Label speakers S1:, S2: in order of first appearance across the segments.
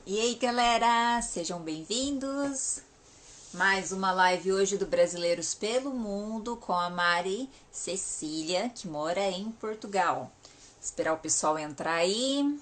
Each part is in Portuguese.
S1: E aí, galera, sejam bem-vindos. Mais uma live hoje do Brasileiros pelo Mundo com a Mari Cecília, que mora em Portugal. Esperar o pessoal entrar aí.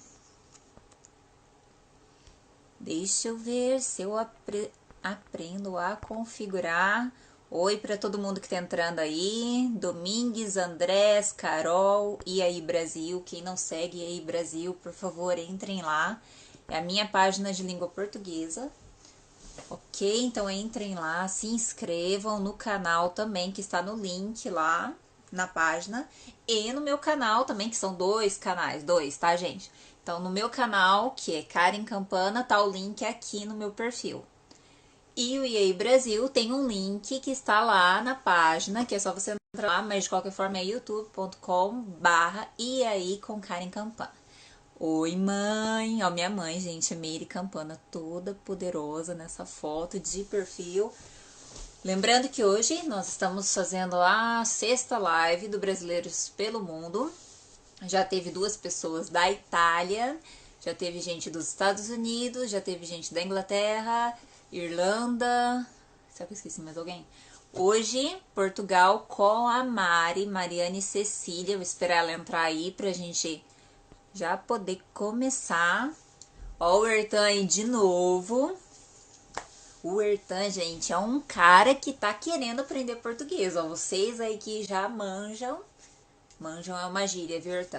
S1: Deixa eu ver se eu aprendo a configurar. Oi para todo mundo que tá entrando aí. Domingues, Andrés, Carol, e aí Brasil. Quem não segue E aí Brasil, por favor, entrem lá. É a minha página de língua portuguesa. Ok? Então entrem lá, se inscrevam no canal também, que está no link lá na página. E no meu canal também, que são dois canais, tá, gente? Então, no meu canal, que é Karen Campana, tá o link aqui no meu perfil. E o EA Brasil tem um link que está lá na página, que é só você entrar lá, mas de qualquer forma é youtube.com/barra e aí com Karen Campana. Oi, mãe! Ó, minha mãe, gente, a Meire Campana, toda poderosa nessa foto de perfil. Lembrando que hoje nós estamos fazendo a sexta live do Brasileiros pelo Mundo. Já teve duas pessoas da Itália, já teve gente dos Estados Unidos, já teve gente da Inglaterra, Irlanda. Será que eu esqueci mais alguém? Hoje, Portugal com a Mariane Cecília. Vou esperar ela entrar aí pra gente já poder começar. Ó, o Ertan aí de novo. O Ertan, gente, é um cara que tá querendo aprender português. Ó, vocês aí que já manjam. Manjam é uma gíria, viu, Ertan?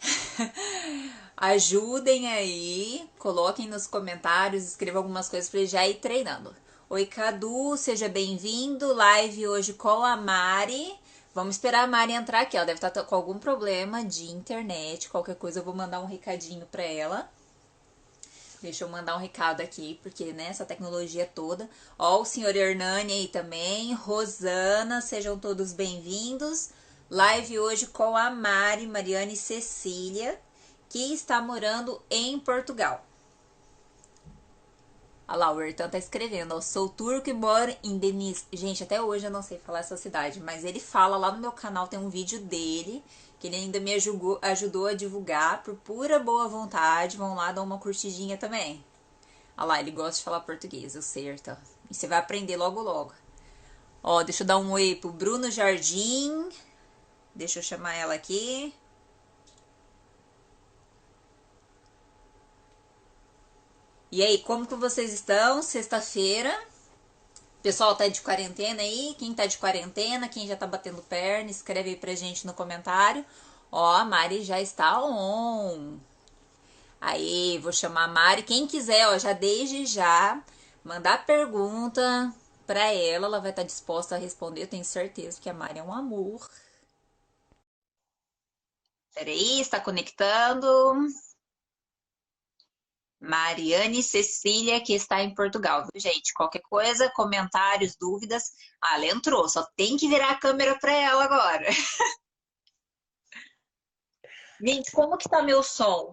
S1: Ajudem aí, coloquem nos comentários, escrevam algumas coisas pra ele já ir treinando. Oi, Cadu, seja bem-vindo. Live hoje com a Mari. Vamos esperar a Mari entrar aqui. Ela deve estar com algum problema de internet. Qualquer coisa eu vou mandar um recadinho pra ela. Deixa eu mandar um recado aqui, porque né, essa tecnologia toda. Ó, o senhor Hernani aí também. Rosana, sejam todos bem-vindos. Live hoje com a Mariane Cecília, que está morando em Portugal. Olha lá, o Ertan tá escrevendo, ó, sou turco e moro em Deniz. Gente, até hoje eu não sei falar essa cidade, mas ele fala lá no meu canal, tem um vídeo dele, que ele ainda me ajudou a divulgar por pura boa vontade. Vão lá dar uma curtidinha também. Olha lá, ele gosta de falar português, eu sei, Ertan. E você vai aprender logo logo. Ó, deixa eu dar um oi pro Bruno Jardim. Deixa eu chamar ela aqui. E aí, como que vocês estão? Sexta-feira. O pessoal tá de quarentena aí? Quem tá de quarentena? Quem já tá batendo perna? Escreve aí pra gente no comentário. Ó, a Mari já está on. Aí, vou chamar a Mari. Quem quiser, ó, já desde já, mandar pergunta pra ela. Ela vai estar disposta a responder. Eu tenho certeza que a Mari é um amor. Peraí, está conectando. Mariane Cecília, que está em Portugal, viu, gente? Qualquer coisa, comentários, dúvidas. Ah, ela entrou, só tem que virar a câmera para ela agora. Gente, como que tá meu som?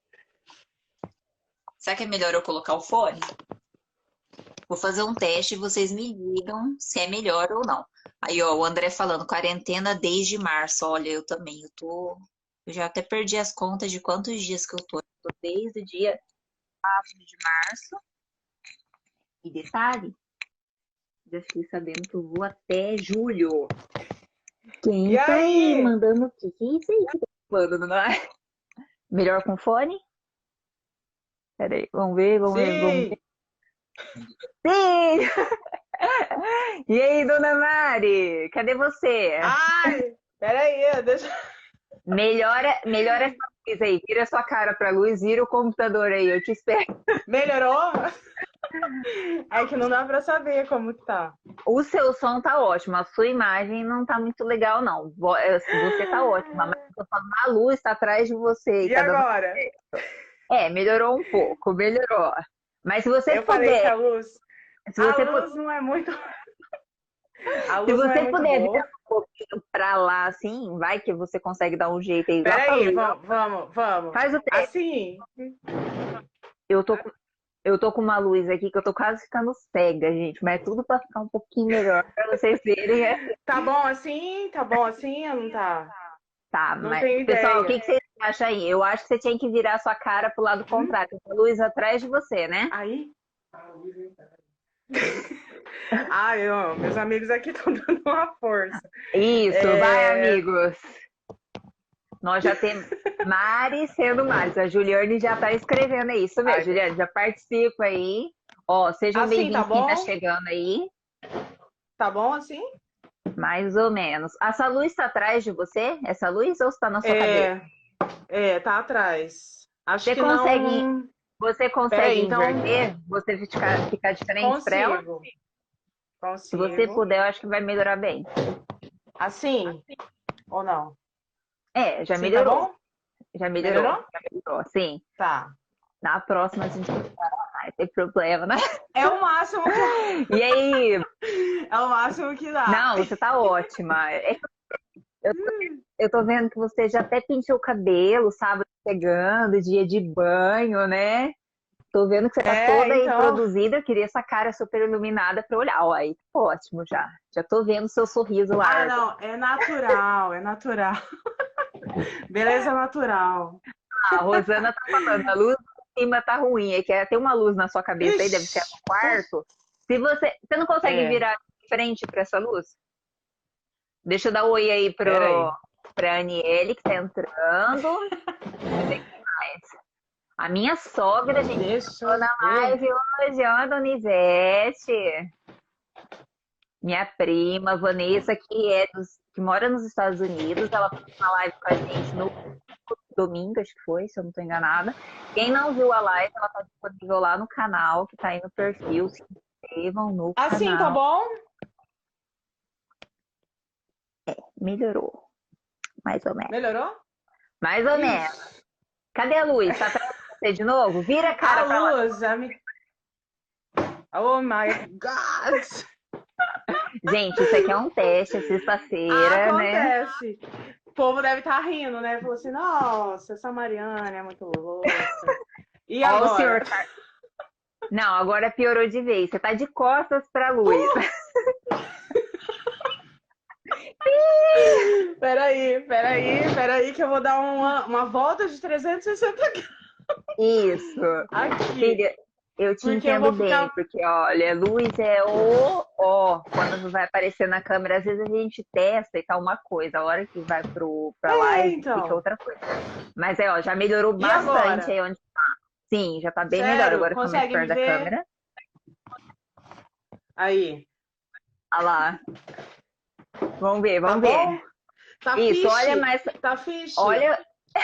S1: Será que é melhor eu colocar o fone? Vou fazer um teste e vocês me digam se é melhor ou não. Aí, ó, o André falando, quarentena desde março. Olha, eu também, eu já até perdi as contas de quantos dias que eu tô. Eu tô desde o dia 4 de março. E detalhe, já fiquei sabendo que eu vou até julho. Quem
S2: E
S1: tá aí
S2: aí?
S1: mandando o quê? Que é isso aí que tá mandando, não é? Melhor com fone? Pera aí, vamos ver.
S2: Sim!
S1: Sim! E aí, dona Mari? Cadê você?
S2: Ai, peraí, deixa.
S1: Melhora essa luz aí, vira sua cara pra luz, vira o computador aí, eu te espero.
S2: Melhorou? É que não dá pra saber como que tá.
S1: O seu som tá ótimo, a sua imagem não tá muito legal, não. Você tá ótima, mas eu tô falando, a luz tá atrás de você e
S2: E
S1: tá dando.
S2: agora?
S1: É, melhorou um pouco, melhorou. Mas se você
S2: Eu falei que
S1: puder,
S2: a luz.
S1: se
S2: A
S1: você
S2: luz não é muito. A
S1: Se
S2: luz não é
S1: você
S2: muito
S1: puder virar
S2: boa.
S1: um pouquinho pra lá, assim, vai que você consegue dar um jeito aí lá pra
S2: Peraí,
S1: luz.
S2: vamos.
S1: Faz o teste.
S2: Assim.
S1: Eu tô, eu tô com uma luz aqui que eu tô quase ficando cega, gente. Mas é tudo pra ficar um pouquinho melhor pra vocês verem.
S2: Tá bom assim? Tá bom assim ou não tá?
S1: Tá,
S2: Não
S1: mas,
S2: tenho
S1: pessoal, o que
S2: ideia.
S1: que vocês
S3: acha aí? Eu acho que você tinha que virar a sua cara pro lado contrário. Tem a luz atrás de você, né?
S2: Aí. Ai, ó, meus amigos aqui estão dando uma força.
S3: Isso, vai,
S2: É...
S3: amigos. Nós já temos Mari sendo Mari. A Juliane já tá escrevendo aí. Isso mesmo,
S2: Ai,
S3: Juliane, já participa aí. Ó, sejam
S2: assim, tá
S3: bem-vindos quem tá
S2: bom?
S3: chegando aí.
S2: Tá bom assim?
S3: Mais ou menos. Essa luz tá atrás de você? Essa luz ou está na sua cabeça?
S2: Tá atrás. Acho
S3: Você
S2: que
S3: consegue,
S2: não.
S3: você consegue
S2: Peraí, então.
S3: inverter? Você ficar diferente para ela?
S2: Consigo.
S3: Se você
S2: Consigo.
S3: puder, eu acho que vai melhorar bem.
S2: Assim? Ou não?
S3: É, já
S2: Sim, tá
S3: melhorou.
S2: bom?
S3: Já melhorou.
S2: Melhorou?
S3: Já melhorou. Sim.
S2: Tá.
S3: Na próxima a gente vai ter problema, né?
S2: É o máximo que,
S3: E aí?
S2: é o máximo que dá.
S3: Não, você tá ótima. Eu, eu tô vendo que você já até pintou o cabelo, sábado chegando, dia de banho, né? Tô vendo que você tá toda aí
S2: Então.
S3: produzida. Eu queria essa cara super iluminada pra olhar. Ó, aí, tá ótimo já. Já tô vendo seu sorriso
S2: Ah,
S3: largo.
S2: não. É natural, é natural. Beleza natural.
S3: A Rosana tá falando, a luz em cima tá ruim. É que tem uma luz na sua cabeça aí, deve ser
S2: Ixi.
S3: no quarto. Se você não consegue
S2: É.
S3: virar de frente pra essa luz? Deixa eu dar um oi aí
S2: Pera aí.
S3: pra Aniele, que tá entrando. Vamos ver quem mais. A minha sogra, gente,
S2: Deixa
S3: entrou
S2: eu
S3: na
S2: ver.
S3: live hoje, ó, Dona Ivete. Minha prima, Vanessa, que mora nos Estados Unidos, ela fez uma live com a gente no domingo, acho que foi, se eu não estou enganada. Quem não viu a live, ela está disponível lá no canal, que está aí no perfil. Se inscrevam no
S2: Assim, tá
S3: canal.
S2: bom?
S3: Melhorou, mais ou menos.
S2: Melhorou?
S3: Mais ou menos.
S2: Ixi.
S3: Cadê a luz? Tá atrás de você de novo? Vira a cara
S2: A
S3: pra lá.
S2: luz, Oh my God!
S3: Gente, isso aqui é um teste, é sexta-feira, né?
S2: Acontece. O povo deve estar rindo, né? Falou assim, nossa, essa Mariana é muito louca. E
S3: Ó, o senhor.
S2: agora?
S3: Não, agora piorou de vez. Você tá de costas pra luz.
S2: Peraí, que eu vou dar uma volta de 360 graus
S3: Isso.
S2: aqui.
S3: Filha, eu te
S2: Porque eu
S3: entendo
S2: vou
S3: bem,
S2: ficar.
S3: porque olha, luz é o ó. Quando vai aparecer na câmera, às vezes a gente testa e tá uma coisa, a hora que vai pra live fica
S2: Então.
S3: outra coisa. Mas ó, já melhorou
S2: E
S3: bastante
S2: agora?
S3: aí onde tá. Sim, já tá bem melhor.
S2: Sério?
S3: Agora eu tô mais
S2: Consegue
S3: perto
S2: me
S3: da
S2: ver?
S3: câmera.
S2: Aí.
S3: Olha lá. Vamos ver,
S2: Tá
S3: vamos ver.
S2: bom? Tá
S3: Isso,
S2: fixe?
S3: olha mais.
S2: Tá fixe?
S3: Olha.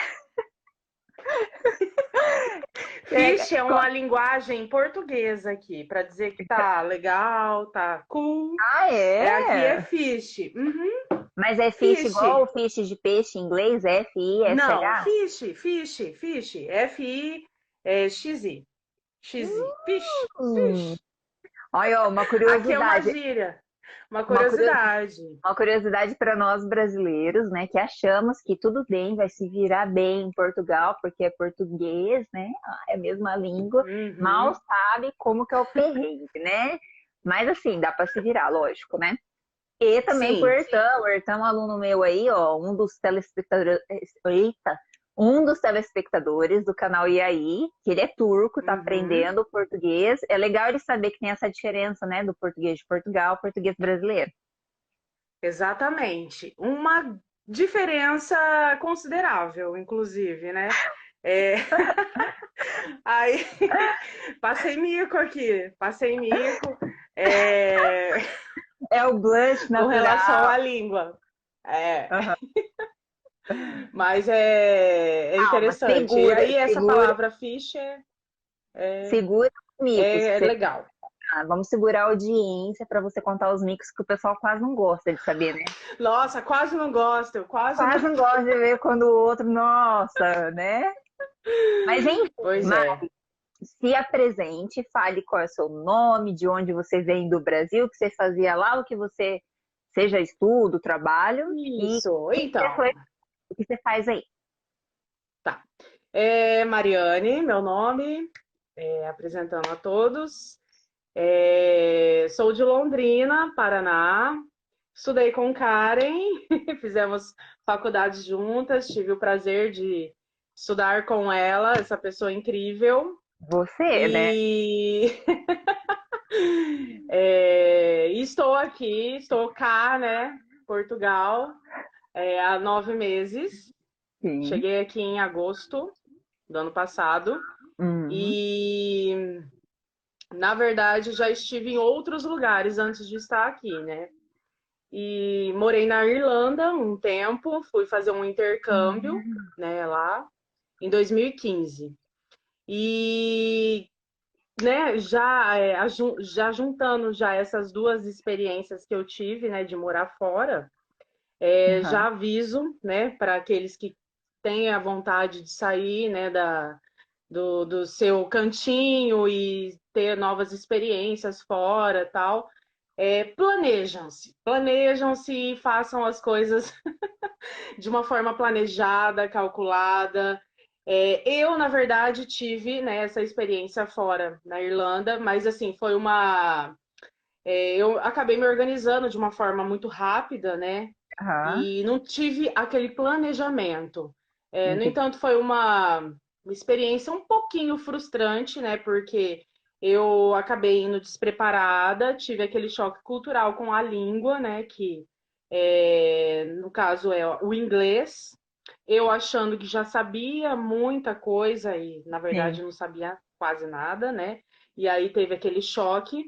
S2: Fiche é uma linguagem portuguesa aqui, para dizer que tá legal, tá cool.
S3: Ah,
S2: Aqui é
S3: é?
S2: fiche. Uhum.
S3: Mas é fish igual
S2: Fiche.
S3: o fish de peixe em inglês?
S2: Não,
S3: F-I-S-H?
S2: fiche. F-I-X-I. X-I. Fiche.
S3: Hum.
S2: Fiche.
S3: Olha, ó, uma
S2: Aqui é uma
S3: curiosidade.
S2: gíria. Uma
S3: Uma curio-
S2: curiosidade.
S3: uma curiosidade para nós brasileiros, né? Que achamos que tudo bem, vai se virar bem em Portugal, porque é português, né? É a mesma língua. Mal
S2: Uhum.
S3: sabe como que é o perrengue, né? Mas assim, dá para se virar, lógico, né? E também com
S2: Sim.
S3: O Ertan é um aluno meu aí, ó, um dos telespectadores. Eita! Um dos telespectadores do canal IAI, que ele é turco, tá
S2: Uhum.
S3: aprendendo português. É legal ele saber que tem essa diferença, né, do português de Portugal, português brasileiro.
S2: Exatamente. Uma diferença considerável, inclusive, né? É... Aí, passei mico aqui, passei mico
S3: É o blush
S2: com relação
S3: natural.
S2: à língua. É,
S3: Uhum.
S2: mas é
S3: Calma,
S2: interessante. E
S3: segura,
S2: aí, essa
S3: segura,
S2: palavra fish
S3: segura os micos.
S2: é legal.
S3: Vamos segurar a audiência para você contar os micos que o pessoal quase não gosta de saber, né?
S2: Nossa, quase não gosto, quase não.
S3: Quase não gosta de ver quando o outro, nossa, né? Mas enfim,
S2: Pois é.
S3: se apresente, fale qual é o seu nome, de onde você vem do Brasil, o que você fazia lá, o que você seja estudo, trabalho e
S2: Isso, então.
S3: o que você faz aí.
S2: Tá. Mariane, meu nome, apresentando a todos. Sou de Londrina, Paraná. Estudei com Karen, fizemos faculdade juntas, tive o prazer de estudar com ela, essa pessoa incrível.
S3: Você, né?
S2: E estou aqui, estou cá, né? Portugal, há 9 meses.
S3: Sim.
S2: Cheguei aqui em agosto do ano passado.
S3: Uhum.
S2: E, na verdade, já estive em outros lugares antes de estar aqui, né? E morei na Irlanda um tempo, fui fazer um intercâmbio, né, lá em 2015. E, né, já juntando já essas duas experiências que eu tive, né, de morar fora,
S3: Uhum.
S2: já aviso, né, para aqueles que têm a vontade de sair, né, do seu cantinho e ter novas experiências fora, tal. Planejam-se e façam as coisas de uma forma planejada, calculada. Eu, na verdade, tive, né, essa experiência fora na Irlanda, mas assim, eu acabei me organizando de uma forma muito rápida, né?
S3: Aham.
S2: E não tive aquele planejamento. No
S3: Entendi.
S2: entanto, foi uma experiência um pouquinho frustrante, né? Porque eu acabei indo despreparada, tive aquele choque cultural com a língua, né? Que no caso é o inglês. Eu achando que já sabia muita coisa e, na
S3: Sim.
S2: verdade, não sabia quase nada, né? E aí teve aquele choque.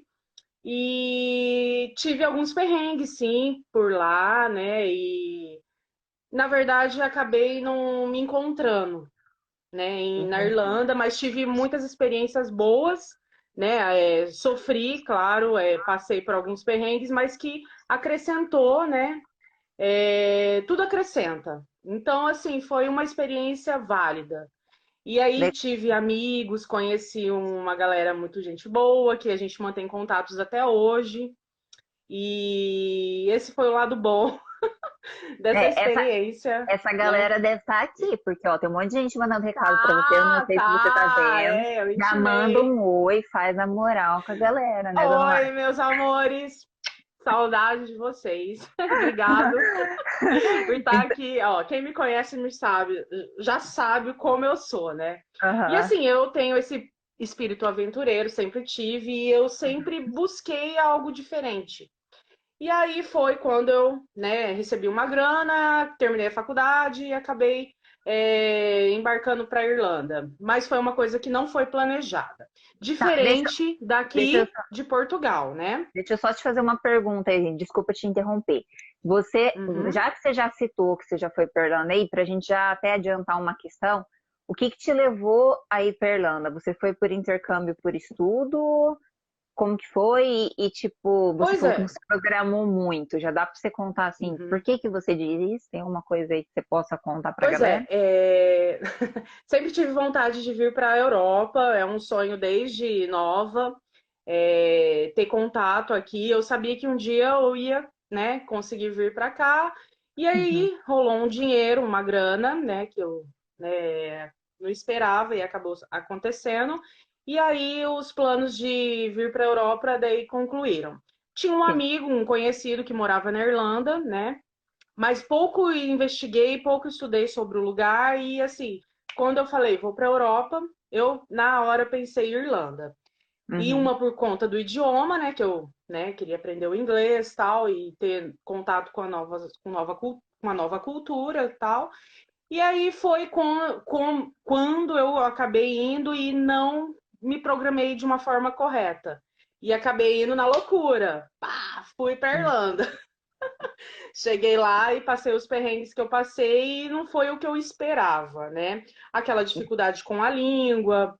S2: E tive alguns perrengues, sim, por lá, né? E, na verdade, acabei não me encontrando, né, na
S3: Entendi.
S2: Irlanda, mas tive muitas experiências boas, né? Sofri, claro, passei por alguns perrengues, mas que acrescentou, né? Tudo acrescenta. Então, assim, foi uma experiência válida. E aí
S3: Le-
S2: tive amigos, conheci uma galera muito gente boa, que a gente mantém contatos até hoje. E esse foi o lado bom dessa
S3: É, essa,
S2: experiência,
S3: essa
S2: né?
S3: galera deve estar aqui, porque ó, tem um monte de gente mandando recado pra você. Eu não
S2: Tá,
S3: sei se você tá
S2: tá,
S3: vendo.
S2: eu
S3: Já manda
S2: intimei.
S3: um oi, faz a moral com a galera, né, dona
S2: Oi,
S3: Márcia?
S2: meus amores. Saudade de vocês. Obrigado por estar
S3: Então,
S2: aqui. Ó, quem me conhece me sabe, já sabe como eu sou, né? E
S3: aham.
S2: assim, eu tenho esse espírito aventureiro, sempre tive, e eu sempre busquei algo diferente. E aí foi quando eu, né, recebi uma grana, terminei a faculdade e acabei embarcando para a Irlanda. Mas foi uma coisa que não foi planejada.
S3: Tá,
S2: Diferente
S3: deixa eu
S2: daqui de Portugal, né?
S3: Deixa eu só te fazer uma pergunta aí, gente. Desculpa te interromper. Você,
S2: Uhum.
S3: já que você já citou que você já foi para Irlanda aí, para a gente já até adiantar uma questão, o que que te levou a ir para Irlanda? Você foi por intercâmbio por estudo? Como que foi? Tipo, você
S2: Pois
S3: falou que não
S2: é.
S3: se programou muito. Já dá para você contar assim, por
S2: Uhum.
S3: que que você diz isso? Tem uma coisa aí que você possa contar para a
S2: Pois
S3: galera?
S2: sempre tive vontade de vir para a Europa, é um sonho desde nova, ter contato aqui. Eu sabia que um dia eu ia, né, conseguir vir para cá, e
S3: Uhum.
S2: aí rolou um dinheiro, uma grana, né, que eu, não esperava e acabou acontecendo. E aí os planos de vir para a Europa daí concluíram. Tinha um
S3: Sim.
S2: amigo, um conhecido que morava na Irlanda, né? Mas pouco investiguei, pouco estudei sobre o lugar e assim, quando eu falei vou para a Europa, eu na hora pensei Irlanda. E
S3: Uhum.
S2: uma por conta do idioma, né, que eu, né, queria aprender o inglês, tal, e ter contato com uma nova cultura, tal. E aí foi quando eu acabei indo e não me programei de uma forma correta. E acabei indo na loucura. Pá, fui para Irlanda. Cheguei lá e passei os perrengues que eu passei e não foi o que eu esperava, né? Aquela dificuldade com a língua,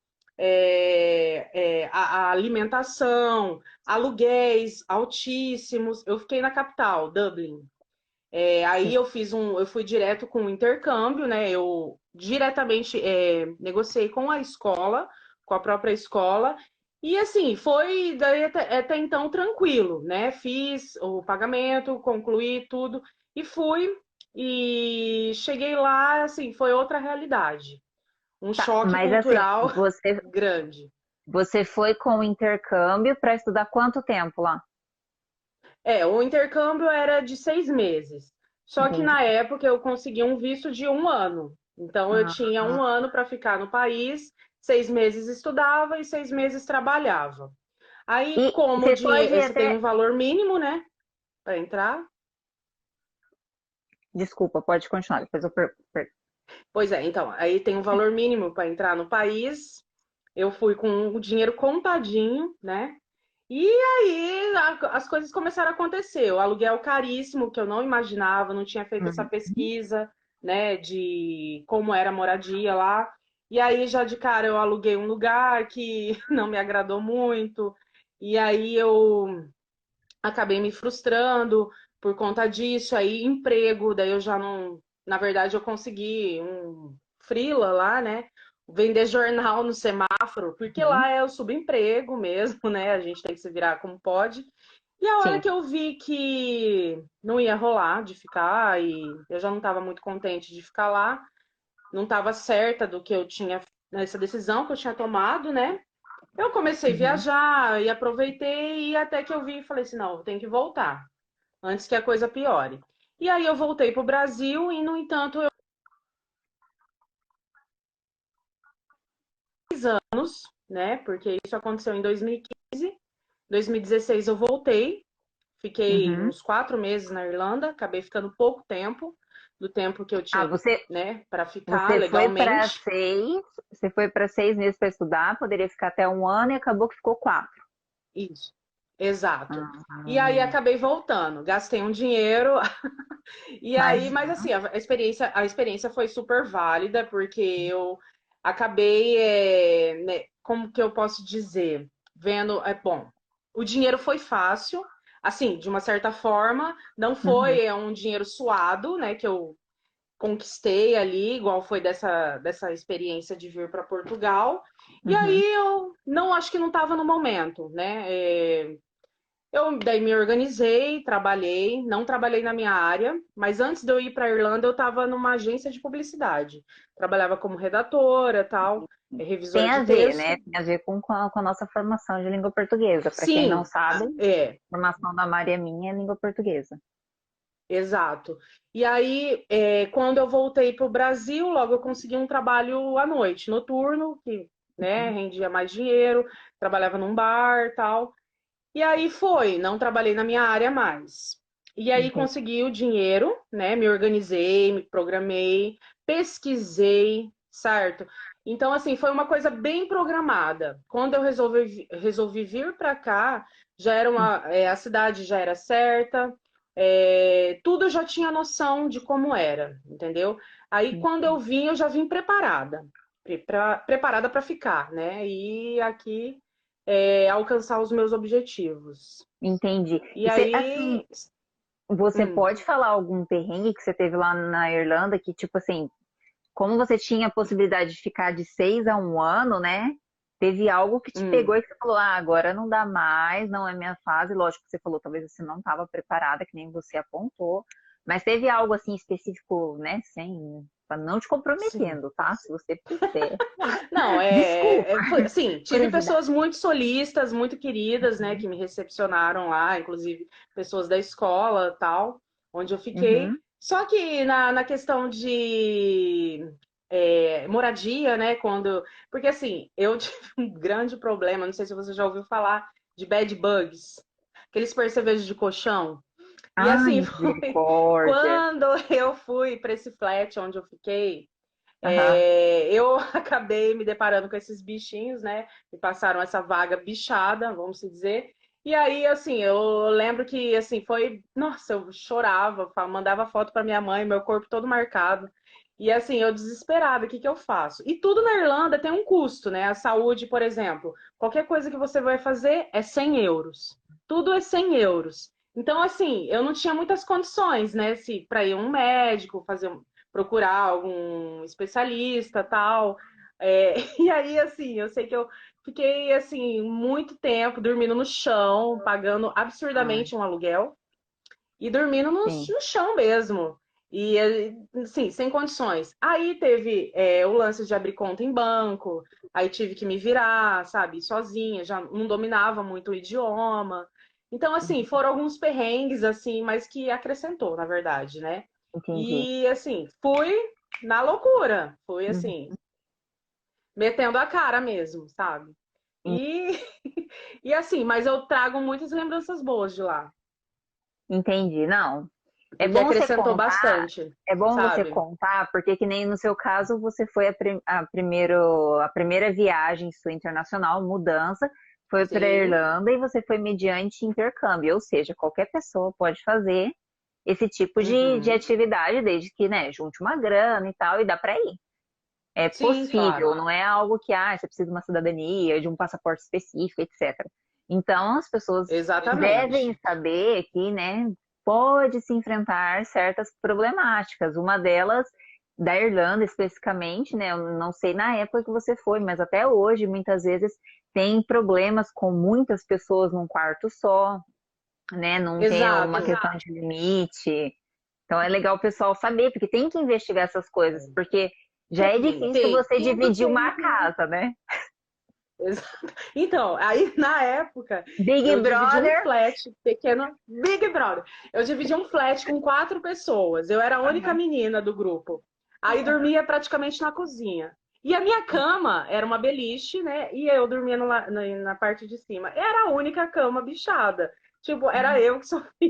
S2: a alimentação, aluguéis altíssimos. Eu fiquei na capital, Dublin. Aí
S3: Sim.
S2: eu fui direto com o intercâmbio, né? Eu diretamente negociei com a escola, com a própria escola, e assim, foi daí até então tranquilo, né? Fiz o pagamento, concluí tudo e fui. E cheguei lá, assim, foi outra realidade. Um
S3: Tá,
S2: choque
S3: mas assim,
S2: cultural
S3: você,
S2: grande.
S3: você foi com o intercâmbio para estudar quanto tempo lá?
S2: O intercâmbio era de 6 meses. Só que
S3: Entendi.
S2: na época eu consegui um visto de 1 ano. Então, eu tinha
S3: Ah,
S2: um ano para ficar no país, 6 meses estudava e 6 meses trabalhava. Aí,
S3: e
S2: como o
S3: você pode
S2: dinheiro, você tem
S3: até.
S2: um valor mínimo, né, para entrar.
S3: Desculpa, pode continuar, depois eu
S2: Pois é, então, aí tem um valor mínimo para entrar no país. Eu fui com o dinheiro contadinho, né? E aí as coisas começaram a acontecer. O aluguel caríssimo, que eu não imaginava, não tinha feito essa
S3: Uhum.
S2: pesquisa, né, de como era a moradia lá. E aí já de cara eu aluguei um lugar que não me agradou muito. E aí eu acabei me frustrando por conta disso. Aí emprego, daí eu já não, na verdade eu consegui um freela lá, né? Vender jornal no semáforo, porque
S3: Uhum.
S2: lá é o subemprego mesmo, né? A gente tem que se virar como pode. E a hora
S3: Sim.
S2: que eu vi que não ia rolar de ficar, e eu já não estava muito contente de ficar lá, não estava certa do que eu tinha, nessa decisão que eu tinha tomado, né? Eu comecei a
S3: Uhum.
S2: viajar e aproveitei, e até que eu vi e falei assim: não, eu tenho que voltar, antes que a coisa piore. E aí eu voltei para o Brasil, e, no entanto, eu fiz anos, né? Porque isso aconteceu em 2015. 2016 eu voltei. Fiquei
S3: Uhum.
S2: uns 4 meses na Irlanda, acabei ficando pouco tempo do tempo que eu
S3: Ah,
S2: tinha,
S3: você,
S2: né, para ficar
S3: você foi para
S2: legalmente.
S3: 6, você foi para 6 meses para estudar, poderia ficar até um ano e acabou que ficou 4.
S2: Isso, exato. E aí
S3: Ah,
S2: acabei voltando, gastei um dinheiro. E aí, mas
S3: imagina.
S2: assim, a experiência foi super válida, porque eu acabei, né, como que eu posso dizer? Vendo, bom, o dinheiro foi fácil, assim, de uma certa forma, não
S3: Uhum.
S2: foi um dinheiro suado, né, que eu conquistei ali, igual foi dessa experiência de vir para Portugal. E
S3: Uhum.
S2: aí eu não acho que não estava no momento, né? Eu daí me organizei, trabalhei, não trabalhei na minha área, mas antes de eu ir para a Irlanda, eu estava numa agência de publicidade. Trabalhava como redatora, tal, revisor
S3: Tem
S2: de
S3: a ver, né?
S2: texto.
S3: Tem a ver com a nossa formação de língua portuguesa. Para quem não
S2: Sim,
S3: sabe, a
S2: é,
S3: formação da Maria minha é língua portuguesa.
S2: exato. E aí, quando eu voltei para o Brasil, logo eu consegui um trabalho à noite, noturno, que, né,
S3: Uhum.
S2: rendia mais dinheiro, trabalhava num bar, tal. E aí foi, não trabalhei na minha área mais. E aí
S3: Entendi.
S2: consegui o dinheiro, né? Me organizei, me programei, pesquisei, certo? Então, assim, foi uma coisa bem programada. Quando eu resolvi vir para cá, já era a cidade já era certa, tudo eu já tinha noção de como era, entendeu? Aí, quando eu vim, eu já vim preparada, preparada para ficar, né? E aqui alcançar os meus objetivos.
S3: Entendi.
S2: E
S3: E você, assim,
S2: aí,
S3: você
S2: hum,
S3: pode falar algum perrengue que você teve lá na Irlanda que, tipo assim, como você tinha a possibilidade de ficar de 6 a 1 ano, né? Teve algo que te pegou
S2: hum,
S3: e que você falou, ah, agora não dá mais, não é minha fase. Lógico que você falou, talvez você não estava preparada, que nem você apontou. Mas teve algo assim específico, né? Sem, para não te
S2: sim.
S3: comprometendo, tá? Se você puder.
S2: Não,
S3: Desculpa,
S2: foi assim, tive
S3: curiosidade.
S2: pessoas muito solistas, muito queridas, né, que me recepcionaram lá, inclusive pessoas da escola, tal, onde eu fiquei.
S3: Uhum,
S2: Só que na questão de moradia, né, porque assim, eu tive um grande problema, não sei se você já ouviu falar de bed bugs, aqueles percevejos de colchão. E
S3: ai,
S2: assim, foi
S3: misericórdia.
S2: quando eu fui para esse flat onde eu fiquei.
S3: Aham.
S2: Eu acabei me deparando com esses bichinhos, né? Me passaram essa vaga bichada, vamos se dizer. E aí, assim, eu lembro que, assim, foi... Nossa, eu chorava, mandava foto para minha mãe, meu corpo todo marcado. E, assim, eu desesperada, o que que eu faço? E tudo na Irlanda tem um custo, né? A saúde, por exemplo, qualquer coisa que você vai fazer é 100 euros. Tudo é 100 euros. Então, assim, eu não tinha muitas condições, né? Se para ir a um médico, procurar algum especialista, tal. E aí, assim, eu sei que eu fiquei, assim, muito tempo dormindo no chão, pagando
S3: Ai,
S2: absurdamente um aluguel e dormindo no,
S3: sim.
S2: no chão mesmo. E, assim, sem condições. Aí teve o lance de abrir conta em banco, aí tive que me virar, sabe, sozinha, já não dominava muito o idioma. Então, assim,
S3: Uhum,
S2: foram alguns perrengues, assim, mas que acrescentou, na verdade, né?
S3: entendi.
S2: E, assim, fui. na loucura. Foi
S3: Uhum.
S2: assim, metendo a cara mesmo, sabe? E, e assim, mas eu trago muitas lembranças boas de lá,
S3: Entendi. Não. É
S2: porque
S3: bom você
S2: acrescentou
S3: contar,
S2: bastante,
S3: é bom você
S2: sabe?
S3: contar, porque que nem no seu caso você foi a primeira viagem sua internacional, mudança, foi para
S2: Sim,
S3: Irlanda e você foi mediante intercâmbio, ou seja, qualquer pessoa pode fazer esse tipo de
S2: uhum.
S3: atividade, desde que, né, junte uma grana e tal, e dá para ir. É
S2: Sim,
S3: possível,
S2: claro.
S3: não é algo que, você precisa de uma cidadania, de um passaporte específico, etc. Então, as pessoas devem
S2: Exatamente.
S3: saber que, né, pode se enfrentar certas problemáticas. Uma delas, da Irlanda especificamente, né, eu não sei na época que você foi, mas até hoje, muitas vezes, tem problemas com muitas pessoas num quarto só, né, não tem alguma
S2: Exato.
S3: questão de limite. Então é legal o pessoal saber, porque tem que investigar essas coisas, porque já é
S2: Tem,
S3: difícil
S2: tem.
S3: você dividir uma casa, né?
S2: Exato. Então, aí na época,
S3: Big
S2: eu dividi um
S3: Brother.
S2: flat pequeno, Big Brother. Eu dividi um flat com 4 pessoas. Eu era a única
S3: Aham.
S2: menina do grupo. Aí dormia praticamente na cozinha. E a minha cama era uma beliche, né? E eu dormia na parte de cima. Era a única cama bichada. Tipo, era eu que sofria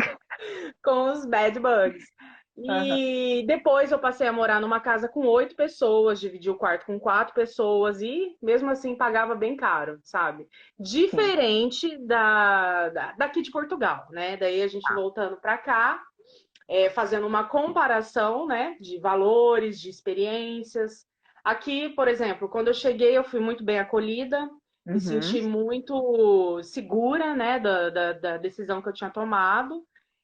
S2: com os bad bugs.
S3: Aham.
S2: E depois eu passei a morar numa casa com 8 pessoas, dividi o quarto com 4 pessoas e mesmo assim pagava bem caro, sabe?
S3: Sim.
S2: Diferente daqui de Portugal, né? Daí a gente voltando para cá, fazendo uma comparação, né, de valores, de experiências. Aqui, por exemplo, quando eu cheguei, eu fui muito bem acolhida, me
S3: Uhum.
S2: senti muito segura, né, da decisão que eu tinha tomado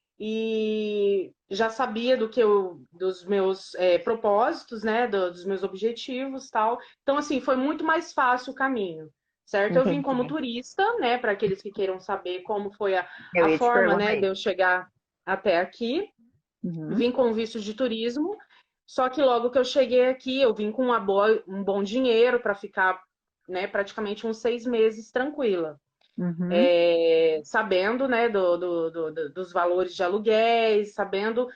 S2: e já sabia dos meus propósitos, né, dos meus objetivos, tal. Então, assim, foi muito mais fácil o caminho, certo? Eu vim como
S3: Entendi.
S2: turista, né, para aqueles que queiram saber como foi a,
S3: Eu
S2: a
S3: ia te
S2: forma,
S3: perguntar
S2: né, de
S3: isso.
S2: eu chegar até aqui.
S3: Uhum.
S2: Vim com visto de turismo, só que logo que eu cheguei aqui, eu vim com um bom dinheiro para ficar, né, praticamente uns 6 meses tranquila,
S3: Uhum.
S2: sabendo, né, dos valores de aluguéis, sabendo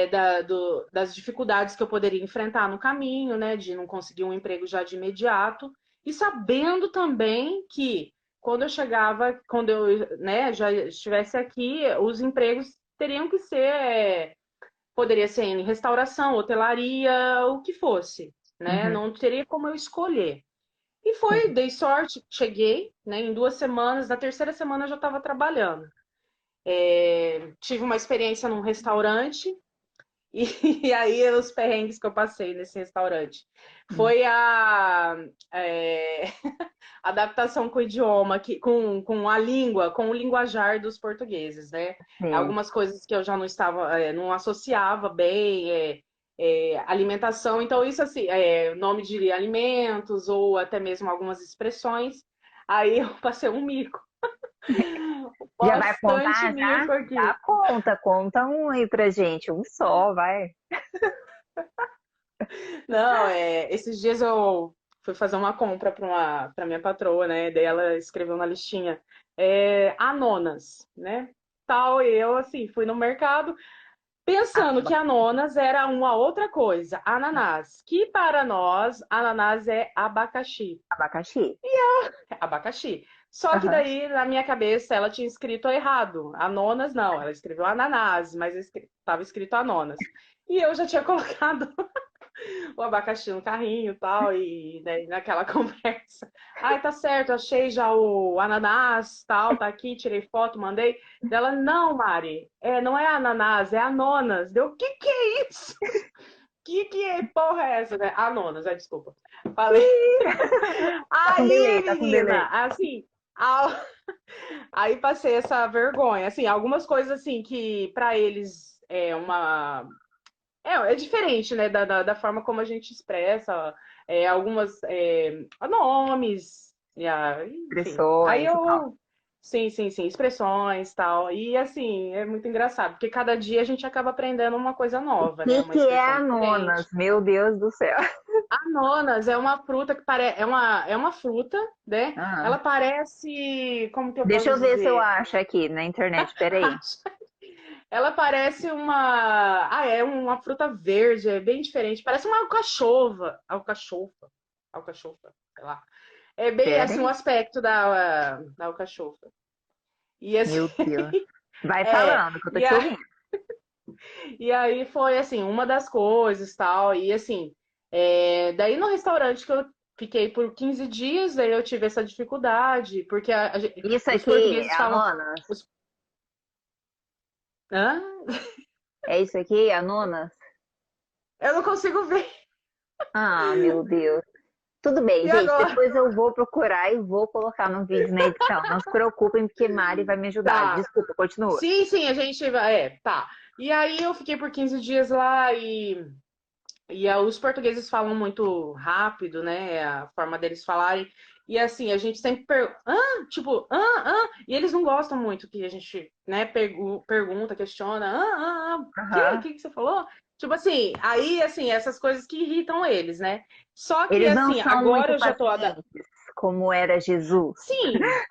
S2: das dificuldades que eu poderia enfrentar no caminho, né, de não conseguir um emprego já de imediato, e sabendo também que quando eu, né, já estivesse aqui, os empregos teriam que ser, poderia ser em restauração, hotelaria, o que fosse, né,
S3: Uhum.
S2: não teria como eu escolher. E
S3: Sim.
S2: dei sorte, cheguei, né, em 2 semanas, na terceira semana eu já estava trabalhando. Tive uma experiência num restaurante e, e aí os perrengues que eu passei nesse restaurante.
S3: Uhum.
S2: Foi a adaptação com o idioma, com a língua, com o linguajar dos portugueses, né?
S3: Sei.
S2: Algumas coisas que eu já não estava, não associava bem, alimentação. Então, isso assim, nome de alimentos ou até mesmo algumas expressões. Aí eu passei um mico,
S3: Já vai
S2: bastante
S3: contar já?
S2: mico aqui.
S3: Já conta, conta um aí pra gente, um só, vai.
S2: Não, esses dias eu fui fazer uma compra para minha patroa, né? Daí ela escreveu na listinha Anonas, né? Tal, e eu assim fui no mercado pensando que Anonas era uma outra coisa, ananás, que para nós ananás é abacaxi.
S3: Abacaxi.
S2: Abacaxi. Só que
S3: Aham.
S2: daí na minha cabeça ela tinha escrito errado. Anonas não, ela escreveu ananás, mas estava escrito anonas. E eu já tinha colocado o abacaxi no carrinho e tal, e daí naquela conversa. Ai, tá certo, achei já o ananás, tal, tá aqui, tirei foto, mandei. Dela, não, Mari, não é ananás, é anonas. Deu, o que é isso? Que porra é essa, né? Anonas, desculpa. Falei.
S3: Tá com
S2: Aí,
S3: delay, tá com
S2: menina,
S3: delay.
S2: assim, ao- aí passei essa vergonha. Assim, algumas coisas assim que para eles é diferente, né, da forma como a gente expressa, algumas nomes, enfim. Aí
S3: Expressões e tal.
S2: eu, sim, sim, sim, expressões, tal. E assim, é muito engraçado, porque cada dia a gente acaba aprendendo uma coisa nova, né, uma
S3: Que é
S2: expressão
S3: a nonas?
S2: diferente.
S3: Meu Deus do céu.
S2: Anonas é uma fruta que parece, é uma fruta, né? Ela
S3: Ah,
S2: parece, como que eu
S3: deixa
S2: posso
S3: eu ver se eu
S2: dizer?
S3: acho aqui na internet, peraí.
S2: Ela parece uma. Ah, é uma fruta verde, é bem diferente. Parece uma alcachova. Alcachofa, sei lá. É bem assim o
S3: Sério?
S2: aspecto da alcachofa. E assim,
S3: Meu Deus. Vai
S2: é.
S3: falando que eu tô
S2: E,
S3: te
S2: a,
S3: ouvindo.
S2: e aí foi assim, uma das coisas tal. E assim, daí no restaurante que eu fiquei por 15 dias, daí eu tive essa dificuldade, porque
S3: Isso
S2: os
S3: aqui,
S2: portugueses falam.
S3: Anonas?
S2: Os, hã?
S3: É isso aqui, Anonas?
S2: Eu não consigo ver.
S3: Ah, meu Deus. Tudo bem,
S2: E
S3: gente.
S2: agora?
S3: Depois eu vou procurar e vou colocar no vídeo na edição. Não se preocupem, porque Mari vai me ajudar.
S2: Tá.
S3: Desculpa, continua.
S2: Sim, sim, a gente vai. Tá. E aí eu fiquei por 15 dias lá e os portugueses falam muito rápido, né? A forma deles falarem. E assim, a gente sempre tipo, e eles não gostam muito que a gente, né, pergunta, questiona,
S3: Aham.
S2: que você falou? Tipo assim, aí assim, essas coisas que irritam eles, né? Só que
S3: Eles não
S2: assim,
S3: são
S2: agora
S3: muito
S2: eu já tô
S3: pacientes, como era Jesus.
S2: sim,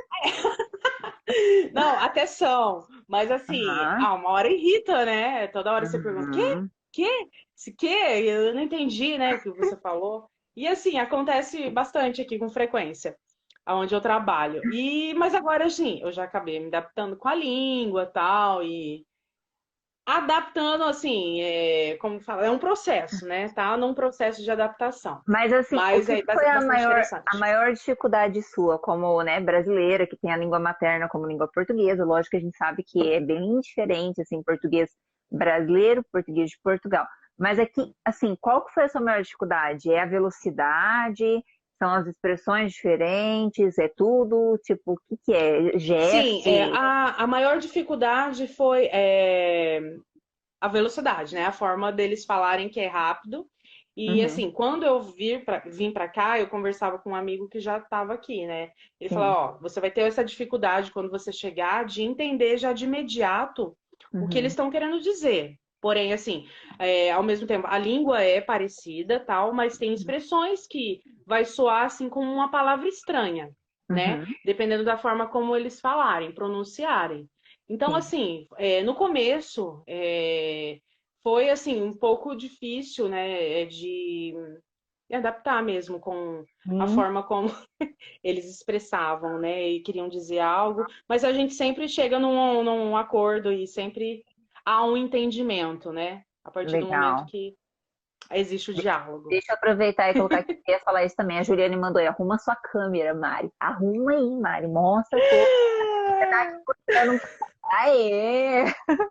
S2: não, até são, mas assim,
S3: Aham.
S2: uma hora irrita, né? Toda hora você pergunta,
S3: Uhum.
S2: quê? Se quê? Eu não entendi, né, o que você falou. E assim, acontece bastante aqui com frequência, aonde eu trabalho. Mas agora, assim, eu já acabei me adaptando com a língua tal, e adaptando, assim, como fala, é um processo, né? Tá num processo de adaptação.
S3: Mas assim, o
S2: Mas
S3: que
S2: é
S3: que foi
S2: bastante
S3: a
S2: interessante.
S3: maior dificuldade sua, como, né, brasileira, que tem a língua materna como língua portuguesa? Lógico que a gente sabe que é bem diferente, assim, português brasileiro, português de Portugal. Mas aqui, assim, qual que foi a sua maior dificuldade? É a velocidade? São as expressões diferentes? É tudo? Tipo, o que que é?
S2: Sim,
S3: Gesto?
S2: a maior dificuldade foi a velocidade, né? A forma deles falarem que é rápido. E
S3: Uhum,
S2: assim, quando eu vim para cá, eu conversava com um amigo que já estava aqui, né? Ele falou:
S3: sim.
S2: ó, você vai ter essa dificuldade quando você chegar de entender já de imediato o que eles
S3: Uhum,
S2: estão querendo dizer. Porém, assim, ao mesmo tempo, a língua é parecida, tal, mas tem expressões que vai soar assim como uma palavra estranha, né?
S3: uhum,
S2: Dependendo da forma como eles falarem, pronunciarem. Então,
S3: sim.
S2: assim, no começo foi assim um pouco difícil, né, de adaptar mesmo com a
S3: Hum.
S2: forma como eles expressavam, né, e queriam dizer algo, mas a gente sempre chega num acordo e sempre há um entendimento, né, a partir do momento
S3: Legal.
S2: que existe o diálogo.
S3: Deixa eu aproveitar e colocar aqui, eu ia falar isso também. A Juliane mandou aí, arruma sua câmera, Mari. Arruma aí, Mari. Mostra como você tá aqui postando. Aê!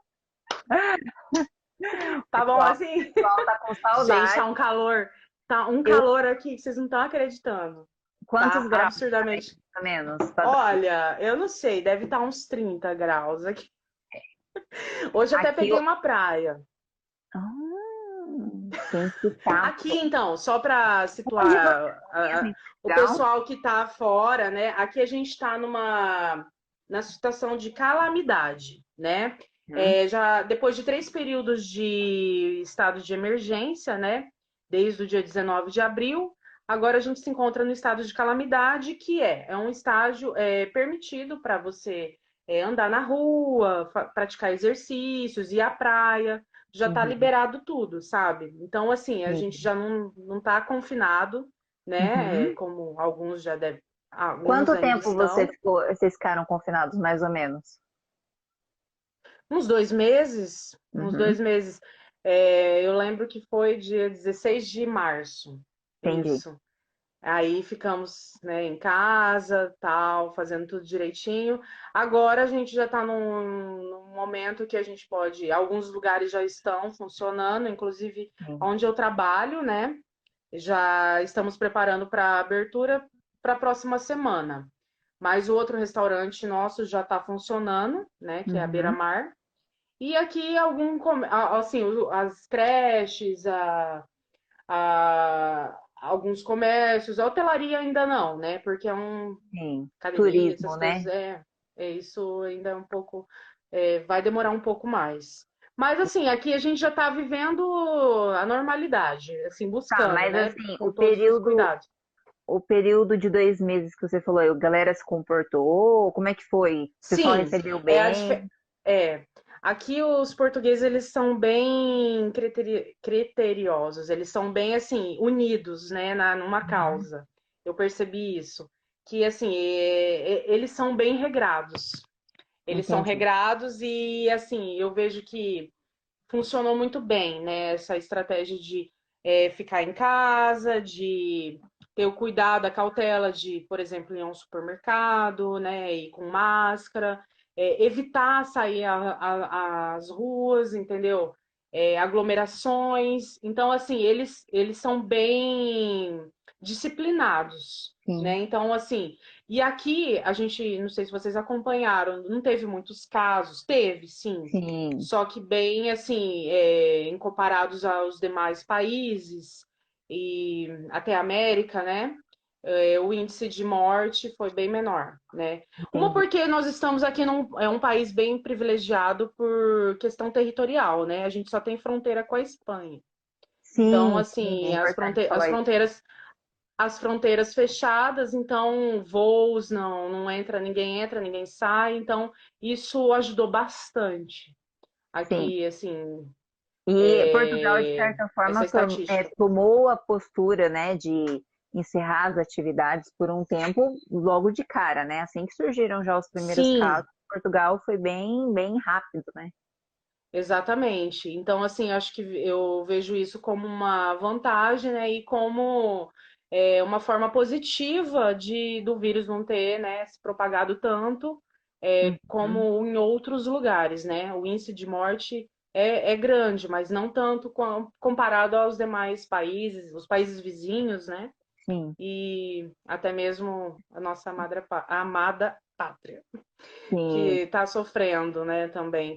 S3: O
S2: Tá bom
S3: pessoal,
S2: assim?
S3: o pessoal tá com
S2: Gente,
S3: saudade.
S2: tá um
S3: Eu,
S2: calor aqui que vocês não estão acreditando.
S3: quantos
S2: Tá
S3: graus aí,
S2: absurdamente.
S3: pelo menos? Tá dando?
S2: Olha, eu não sei, deve estar uns 30 graus aqui. Hoje até
S3: Aqui,
S2: peguei uma praia.
S3: tem que estar.
S2: Aqui, então, só para
S3: Onde você
S2: situar
S3: mesmo, em
S2: o
S3: Portugal?
S2: pessoal que está fora, né? Aqui a gente está na situação de calamidade, né?
S3: Hum,
S2: Já depois de 3 períodos de estado de emergência, né? Desde o dia 19 de abril, agora a gente se encontra no estado de calamidade, que é um estágio permitido para você andar na rua, praticar exercícios, ir à praia, já está
S3: uhum,
S2: liberado tudo, sabe? Então, assim, a gente
S3: sim.
S2: já não está confinado, né?
S3: Uhum.
S2: Como alguns já devem, alguns
S3: Quanto
S2: ainda
S3: tempo
S2: estão.
S3: vocês ficaram confinados, mais ou menos?
S2: Uns 2 meses, uns
S3: Uhum,
S2: 2 meses. Eu lembro que foi dia 16 de março,
S3: entendi.
S2: isso. Aí ficamos, né, em casa, tal, fazendo tudo direitinho. Agora a gente já está num momento que a gente pode. Alguns lugares já estão funcionando, inclusive
S3: Sim.
S2: onde eu trabalho, né? Já estamos preparando para a abertura para a próxima semana. Mas o outro restaurante nosso já está funcionando, né? Que é a Beira
S3: Uhum.
S2: Mar. E aqui assim, as creches, alguns comércios, a hotelaria ainda não, né? Porque
S3: Sim,
S2: academia, essas
S3: turismo,
S2: coisas,
S3: né?
S2: isso ainda é um pouco, vai demorar um pouco mais. Mas assim, aqui a gente já está vivendo a normalidade, assim,
S3: Tá,
S2: buscando,
S3: mas
S2: né?
S3: assim,
S2: Com todos os cuidados.
S3: o período de 2 meses que você falou, a galera se comportou? Como é que foi? O pessoal
S2: Sim,
S3: recebeu
S2: é
S3: bem?
S2: é. Aqui os portugueses, eles são bem criteriosos, eles são bem, assim, unidos, né, numa
S3: Uhum.
S2: causa. Eu percebi isso, que, assim, eles são bem regrados. Eles são
S3: Entendi.
S2: regrados e, assim, eu vejo que funcionou muito bem, né? Essa estratégia de ficar em casa, de ter o cuidado, a cautela de, por exemplo, ir a um supermercado, né? Ir com máscara, evitar sair às ruas, entendeu? Aglomerações. Então, assim, eles são bem disciplinados, né?
S3: Sim,
S2: Então, assim, e aqui a gente, não sei se vocês acompanharam, não teve muitos casos, teve, sim,
S3: sim,
S2: só que bem assim, em comparados aos demais países e até a América, né? O índice de morte foi bem menor, né? Uma
S3: entendi.
S2: porque nós estamos aqui é um país bem privilegiado por questão territorial, né? A gente só tem fronteira com a Espanha. Então,
S3: Sim, sim, é
S2: assim,
S3: importante
S2: as
S3: falar isso.
S2: fronteiras fechadas, então voos entra, ninguém sai, então isso ajudou bastante
S3: Sim.
S2: aqui, assim,
S3: E Portugal, de certa
S2: essa
S3: forma,
S2: estatística.
S3: tomou a postura, né, de encerrar as atividades por um tempo logo de cara, né? Assim que surgiram já os primeiros
S2: Sim,
S3: casos, Portugal foi bem, bem rápido, né?
S2: exatamente. Então, assim, acho que eu vejo isso como uma vantagem, né, e como uma forma positiva do vírus não ter, né, se propagado tanto,
S3: Uhum.
S2: como em outros lugares, né? O índice de morte é grande, mas não tanto comparado aos demais países, os países vizinhos, né?
S3: Sim,
S2: E até mesmo a nossa amada pátria, que
S3: sim.
S2: está sofrendo, né, também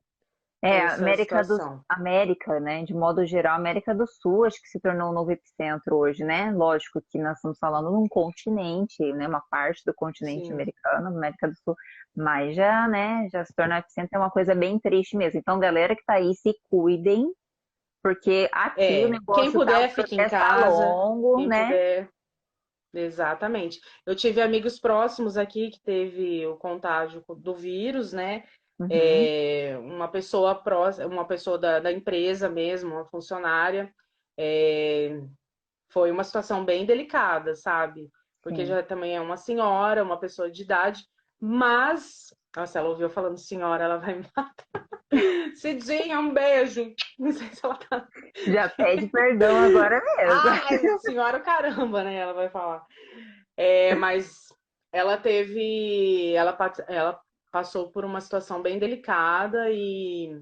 S2: com
S3: É,
S2: essa situação.
S3: América, né, de modo geral, América do Sul, acho que se tornou um novo epicentro hoje, né? Lógico que nós estamos falando de um continente, né, uma parte do continente
S2: Sim.
S3: americano, América do Sul, mas já, né, já se tornou epicentro, é uma coisa bem triste mesmo. Então, galera que tá aí, se cuidem, porque aqui o
S2: Quem
S3: negócio tá, o
S2: puder, fique em
S3: processo tá
S2: casa.
S3: longo,
S2: Quem
S3: né?
S2: puder, exatamente. Eu tive amigos próximos aqui que teve o contágio do vírus, né?
S3: Uhum,
S2: Uma pessoa próxima, uma pessoa da empresa mesmo, uma funcionária. É, foi uma situação bem delicada, sabe? Porque
S3: sim.
S2: já também é uma senhora, uma pessoa de idade, mas. Nossa, ela ouviu falando senhora, ela vai me matar. Cidinha, um beijo. Não sei se ela tá.
S3: Já pede perdão agora mesmo.
S2: Ai, senhora, caramba, né? Ela vai falar. Mas ela passou por uma situação bem delicada e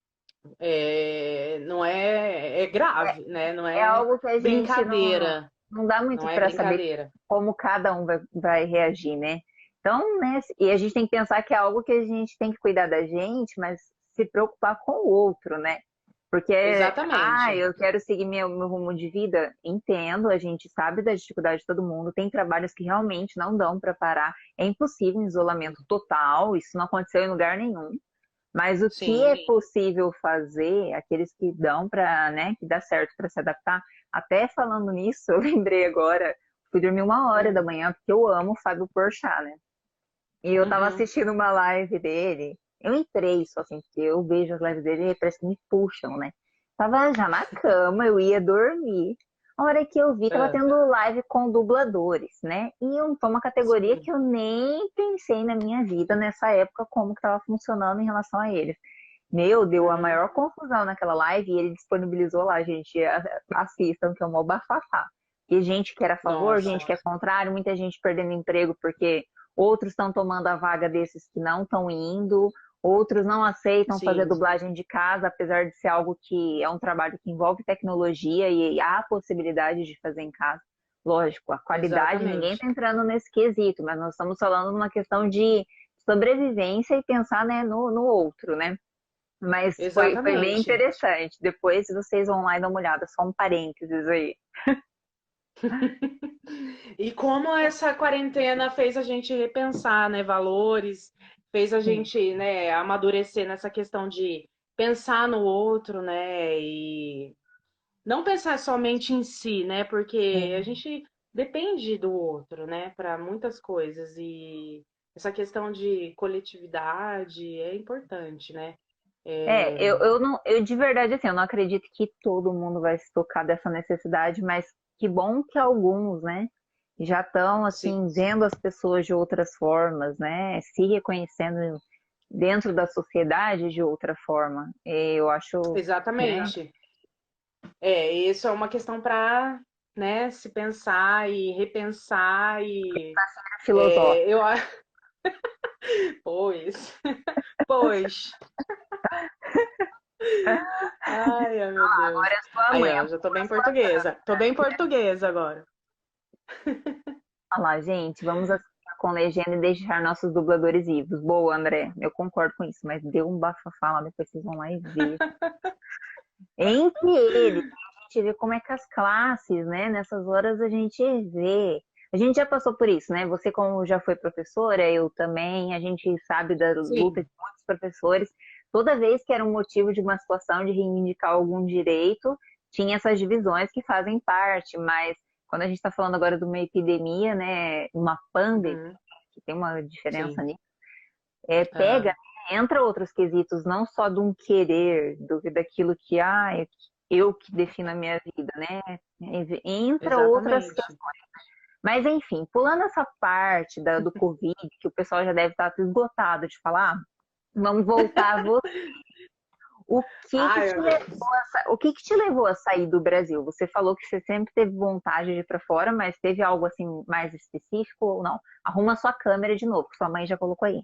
S2: não é grave, né? Não
S3: É
S2: é
S3: algo que a gente
S2: brincadeira,
S3: não dá
S2: não
S3: muito
S2: é
S3: para saber
S2: brincadeira.
S3: como cada um vai reagir, né? Então, né, e a gente tem que pensar que é algo que a gente tem que cuidar da gente, mas se preocupar com o outro, né? Porque,
S2: Exatamente.
S3: eu quero seguir meu rumo de vida, entendo, a gente sabe da dificuldade de todo mundo, tem trabalhos que realmente não dão para parar, é impossível um isolamento total, isso não aconteceu em lugar nenhum. Mas o que é
S2: Sim.
S3: possível fazer, aqueles que dão para, né, que dá certo para se adaptar, até falando nisso, eu lembrei agora, fui dormir 1 hora da
S2: Hum.
S3: manhã, porque eu amo o Fábio Porchat, né? E eu tava
S2: Uhum.
S3: assistindo uma live dele, eu entrei só assim, porque eu vejo as lives dele e parece que me puxam, né? Tava já na cama, eu ia dormir. A hora que eu vi, tava
S2: É,
S3: tendo live com dubladores, né? E foi uma categoria
S2: sim.
S3: que eu nem pensei na minha vida nessa época como que tava funcionando em relação a eles. Meu, deu a
S2: Uhum.
S3: maior confusão naquela live e ele disponibilizou lá, gente, assistam, que é um bafafá. E gente que era a favor,
S2: Nossa.
S3: gente que é contrário, muita gente perdendo emprego porque outros estão tomando a vaga desses que não estão indo, outros não aceitam fazer
S2: Sim,
S3: dublagem de casa, apesar de ser algo que é um trabalho que envolve tecnologia e há a possibilidade de fazer em casa. Lógico, a qualidade, ninguém
S2: exatamente.
S3: está entrando nesse quesito, mas nós estamos falando numa questão de sobrevivência e pensar, né, no outro, né? Mas foi bem
S2: Exatamente.
S3: interessante. Depois vocês vão lá e dão uma olhada, só um parênteses aí.
S2: E como essa quarentena fez a gente repensar, né, valores, fez a
S3: Sim.
S2: gente, né, amadurecer nessa questão de pensar no outro, né, e não pensar somente em si, né, porque a
S3: Sim.
S2: gente depende do outro, né, para muitas coisas e essa questão de coletividade é importante, né?
S3: Eu de verdade, assim, eu não acredito que todo mundo vai se tocar dessa necessidade, mas que bom que alguns, né, já estão,
S2: Sim,
S3: assim, vendo as pessoas de outras formas, né, se reconhecendo dentro da sociedade de outra forma. Eu acho, né,
S2: exatamente. Isso é uma questão para, né, se pensar e repensar e
S3: filosófico.
S2: eu acho, pois, pois. Ai, ai, meu Deus.
S3: Agora é sua
S2: Aí,
S3: mãe,
S2: ó, já tô bem portuguesa. Tô bem portuguesa agora.
S3: olha lá, gente, vamos assinar com legenda e deixar nossos dubladores vivos. Boa, André, eu concordo com isso, mas deu um bafafá lá, depois vocês vão lá e ver. Entre eles, a gente vê como é que as classes, né? Nessas horas a gente vê. A gente já passou por isso, né? Você, como já foi professora, eu também, a gente sabe da luta
S2: Sim,
S3: de muitos professores. Toda vez que era um motivo de uma situação de reivindicar algum direito, tinha essas divisões que fazem parte, mas quando a gente está falando agora de uma epidemia, né? Uma pandemia,
S2: uhum,
S3: que tem uma diferença
S2: sim.
S3: nisso, pega,
S2: Aham,
S3: entra outros quesitos, não só de um querer, daquilo que, eu que defino a minha vida, né? Entra outras
S2: exatamente.
S3: questões. Mas, enfim, pulando essa parte do Covid, que o pessoal já deve estar esgotado de falar, vamos voltar a você.
S2: Ai, meu Deus.
S3: O que que te levou a sair do Brasil? Você falou que você sempre teve vontade de ir para fora, mas teve algo assim mais específico ou não? Arruma sua câmera de novo, que sua mãe já colocou aí.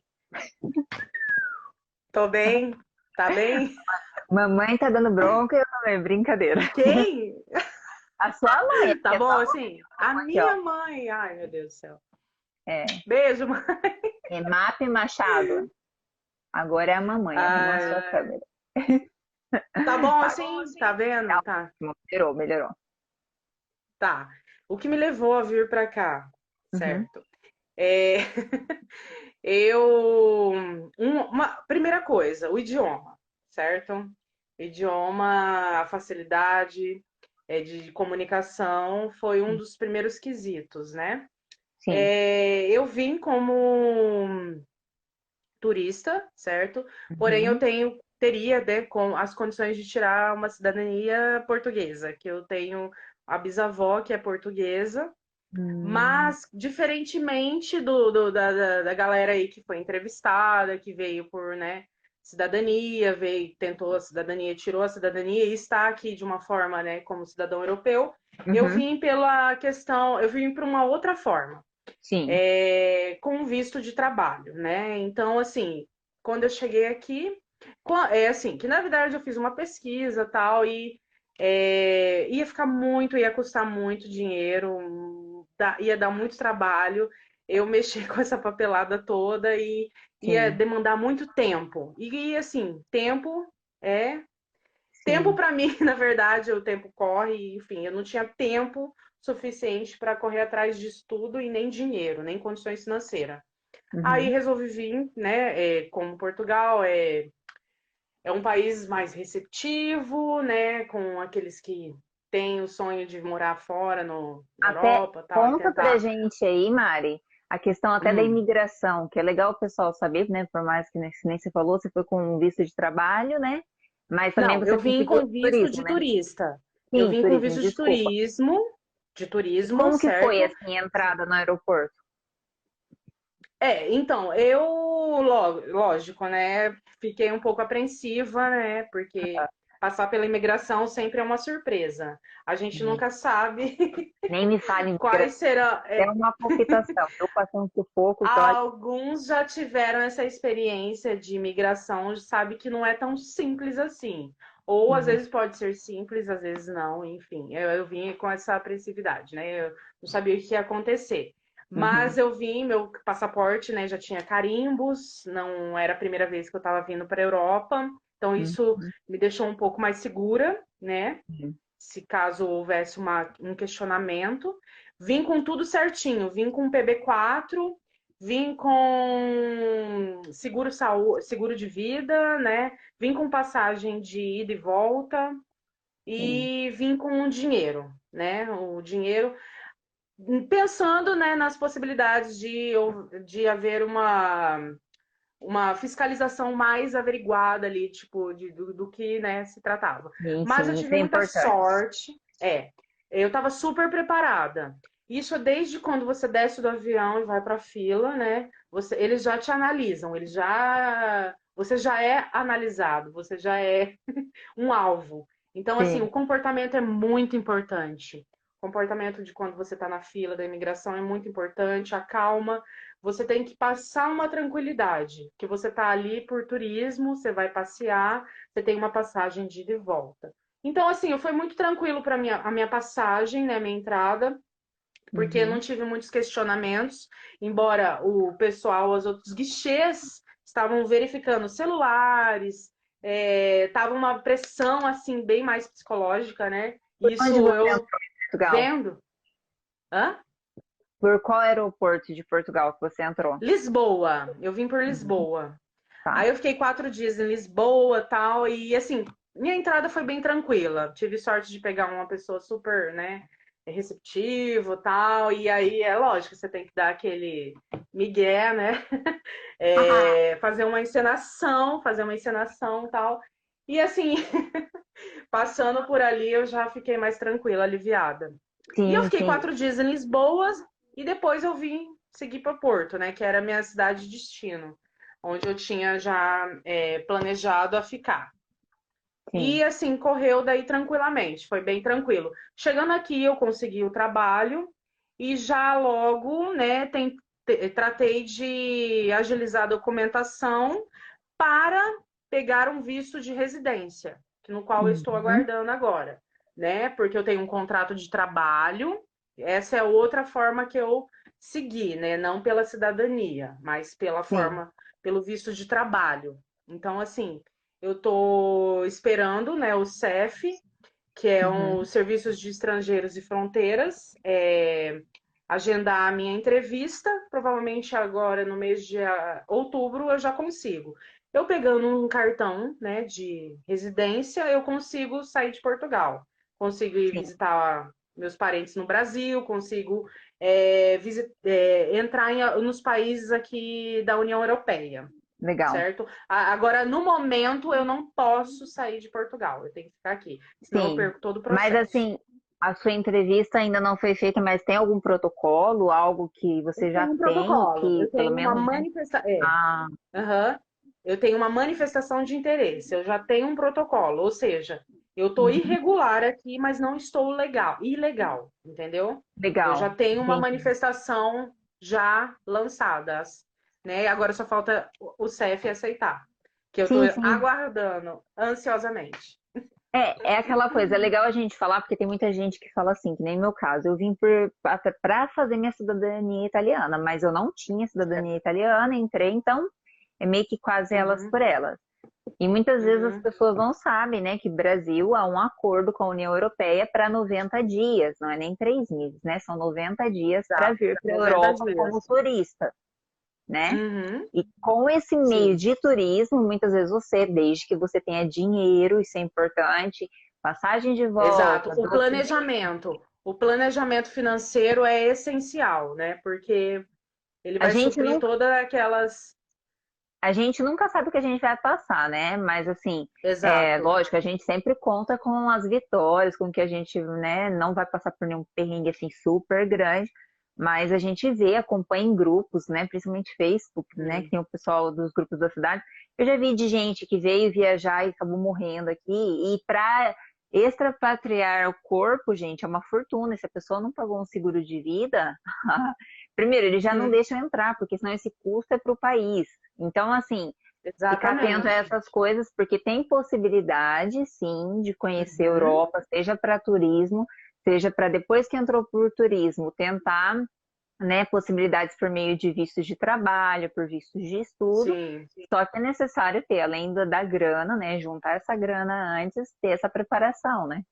S2: Tô bem? Tá bem?
S3: Mamãe tá dando bronca e eu também, brincadeira.
S2: Quem?
S3: A sua mãe,
S2: Tá
S3: aqui é
S2: bom,
S3: sua
S2: assim? A
S3: mãe, aqui, ó.
S2: minha mãe. Ai, meu Deus do céu.
S3: É,
S2: Beijo, mãe.
S3: Map Machado. Agora é a mamãe, arruma a sua
S2: Ai,
S3: câmera.
S2: tá bom,
S3: Tá
S2: assim? Tá vendo? Tá,
S3: ótimo, melhorou, melhorou.
S2: tá. O que me levou a vir pra cá,
S3: Uhum,
S2: certo? É, uma primeira coisa, o idioma, certo? O idioma, a facilidade de comunicação foi um dos primeiros quesitos, né?
S3: sim.
S2: Eu vim como turista, certo? Porém, eu
S3: Uhum.
S2: teria, né, com as condições de tirar uma cidadania portuguesa, que eu tenho a bisavó que é portuguesa,
S3: Hum,
S2: mas, diferentemente da galera aí que foi entrevistada, que veio por, né, cidadania, veio, tentou a cidadania, tirou a cidadania e está aqui de uma forma, né, como cidadão europeu, eu
S3: uhum,
S2: vim pela questão, eu vim para uma outra forma,
S3: sim.
S2: com visto de trabalho, né? Então, assim, quando eu cheguei aqui, é assim, que na verdade eu fiz uma pesquisa tal, e ia ficar muito, ia custar muito dinheiro, ia dar muito trabalho eu mexer com essa papelada toda e ia
S3: Sim,
S2: demandar muito tempo. E assim, tempo é tempo
S3: sim.
S2: para mim, na verdade, o tempo corre, enfim, eu não tinha tempo suficiente para correr atrás de estudo e nem dinheiro, nem condições financeiras. Aí
S3: Uhum.
S2: resolvi vir, né? Como Portugal é um país mais receptivo, né? Com aqueles que têm o sonho de morar fora na
S3: Até
S2: Europa, tal, e
S3: conta pra
S2: tentar.
S3: gente aí, Mari, a questão até da
S2: Hum.
S3: imigração, que é legal o pessoal saber, né? Por mais que nem você falou, você foi com um visto de trabalho, né? Mas também
S2: Não,
S3: você
S2: eu vim
S3: conseguiu
S2: com visto
S3: turismo,
S2: de
S3: né?
S2: turista. Eu
S3: Sim,
S2: vim com
S3: turismo,
S2: visto
S3: desculpa.
S2: de
S3: E
S2: turismo,
S3: como que foi
S2: certo?
S3: assim a entrada no aeroporto?
S2: Então, lógico, né? Fiquei um pouco apreensiva, né? Porque passar pela imigração sempre é uma surpresa. A gente
S3: Né?
S2: nunca sabe
S3: Nem me fale em
S2: quais
S3: migração,
S2: serão.
S3: é uma palpitação. Eu passei um sufoco que, olha,
S2: Alguns já tiveram essa experiência de imigração, sabe que não é tão simples assim. Ou às
S3: uhum,
S2: vezes pode ser simples, às vezes não, enfim. Eu vim com essa apreensividade, né? Eu não sabia o que ia acontecer. Mas
S3: uhum,
S2: eu vim, meu passaporte, né, já tinha carimbos, não era a primeira vez que eu estava vindo para a Europa, então
S3: uhum,
S2: isso me deixou um pouco mais segura, né?
S3: uhum.
S2: Se caso houvesse um questionamento. Vim com tudo certinho, vim com PB4, vim com seguro de vida, né? Vim com passagem de ida e volta
S3: Sim.
S2: e vim com um dinheiro, né? O dinheiro pensando, né, nas possibilidades de haver uma fiscalização mais averiguada ali, tipo, do que, né, se tratava. Mas eu
S3: Isso
S2: tive
S3: é
S2: muita
S3: importante.
S2: sorte, eu estava super preparada. Isso é desde quando você desce do avião e vai para a fila, né? Eles já te analisam, você já é analisado, você já é um alvo. Então, assim, o
S3: Sim,
S2: comportamento é muito importante. O comportamento de quando você está na fila da imigração é muito importante, a calma. Você tem que passar uma tranquilidade, que você está ali por turismo, você vai passear, você tem uma passagem de ida e volta. Então, assim, foi muito tranquilo para a minha passagem, né, minha entrada, porque eu não
S3: uhum.
S2: tive muitos questionamentos, embora o pessoal, os outros guichês, estavam verificando celulares, tava uma pressão, assim, bem mais psicológica, né?
S3: Por onde
S2: Isso
S3: você
S2: eu
S3: entrou em Portugal?
S2: vendo. Hã?
S3: Por qual aeroporto de Portugal que você entrou?
S2: Lisboa, eu vim por
S3: Uhum.
S2: Lisboa. Aí
S3: Tá.
S2: eu fiquei 4 dias em Lisboa, tal, e assim, minha entrada foi bem tranquila. Tive sorte de pegar uma pessoa super, né, receptivo, tal, e aí é lógico, você tem que dar aquele migué, né, fazer uma encenação, tal. E assim, passando por ali, eu já fiquei mais tranquila, aliviada. E eu
S3: Sim,
S2: fiquei
S3: sim.
S2: 4 dias em Lisboa e depois eu vim seguir para Porto, né? Que era a minha cidade de destino, onde eu tinha já planejado a ficar.
S3: Sim.
S2: E assim, correu daí tranquilamente, foi bem tranquilo. Chegando aqui, eu consegui o trabalho e já logo, né, tratei de agilizar a documentação para pegar um visto de residência, no qual eu estou
S3: Uhum.
S2: aguardando agora, né? Porque eu tenho um contrato de trabalho, essa é outra forma que eu segui, né? Não pela cidadania, mas pela
S3: Sim.
S2: forma, pelo visto de trabalho. Então, assim, eu estou esperando, né, o CEF, que é
S3: Uhum.
S2: o Serviços de Estrangeiros e Fronteiras, agendar a minha entrevista. Provavelmente agora no mês de outubro eu já consigo. Eu pegando um cartão, né, de residência, eu consigo sair de Portugal. Consigo ir
S3: Sim.
S2: visitar meus parentes no Brasil, consigo entrar nos países aqui da União Europeia,
S3: Legal.
S2: certo? Agora, no momento, eu não posso sair de Portugal, eu tenho que ficar aqui, senão eu
S3: Sim.
S2: perco todo o
S3: Mas
S2: processo.
S3: assim, a sua entrevista ainda não foi feita, mas tem algum protocolo, algo que
S2: Eu
S3: você já
S2: tenho um
S3: tem e
S2: protocolo, eu
S3: que, pelo
S2: tenho uma
S3: menos, né?
S2: manifestação.
S3: Ah,
S2: Aham. Eu tenho uma manifestação de interesse, eu já tenho um protocolo, ou seja, eu estou
S3: uhum.
S2: irregular aqui, mas não estou ilegal, entendeu? Eu já
S3: Legal.
S2: tenho uma
S3: Entendi.
S2: manifestação já lançada, né? Agora só falta o CEF aceitar, que eu estou
S3: Sim, sim.
S2: aguardando ansiosamente.
S3: É aquela coisa, é legal a gente falar, porque tem muita gente que fala assim, que nem meu caso. Eu vim para fazer minha cidadania italiana, mas eu não tinha cidadania italiana, entrei, então é meio que quase elas
S2: Uhum,
S3: por elas. E muitas vezes as
S2: uhum.
S3: pessoas não sabem, né, que Brasil há um acordo com a União Europeia para 90 dias, não é nem 3 meses, né? São 90 dias para
S2: Exato,
S3: vir para a
S2: 90
S3: Europa como
S2: dias.
S3: turista, né?
S2: Uhum,
S3: E com esse meio
S2: sim,
S3: de turismo, muitas vezes você, desde que você tenha dinheiro, isso é importante, passagem de
S2: exato.
S3: volta, documento.
S2: O planejamento financeiro é essencial, né? Porque ele
S3: A
S2: vai
S3: gente
S2: suprir
S3: nunca,
S2: todas aquelas.
S3: a gente nunca sabe o que a gente vai passar, né? Mas assim,
S2: Exato.
S3: lógico, a gente sempre conta com as vitórias, com que a gente, né, não vai passar por nenhum perrengue assim super grande, mas a gente vê, acompanha em grupos, né, principalmente Facebook, né, que
S2: Sim.
S3: tem o pessoal dos grupos da cidade. Eu já vi de gente que veio viajar e acabou morrendo aqui, e para extrapatriar o corpo, gente, é uma fortuna. E se a pessoa não pagou um seguro de vida, primeiro, eles já não
S2: Hum,
S3: deixam entrar, porque senão esse custo é para o país. Então, assim, ficar atento a
S2: exatamente.
S3: essas coisas, porque tem possibilidade, sim, de conhecer a
S2: Uhum,
S3: Europa, seja para turismo, seja para depois que entrou por turismo, tentar, né, possibilidades por meio de vistos de trabalho, por vistos de estudo.
S2: sim,
S3: Só que é necessário ter, além da grana, né, juntar essa grana antes, ter essa preparação, né?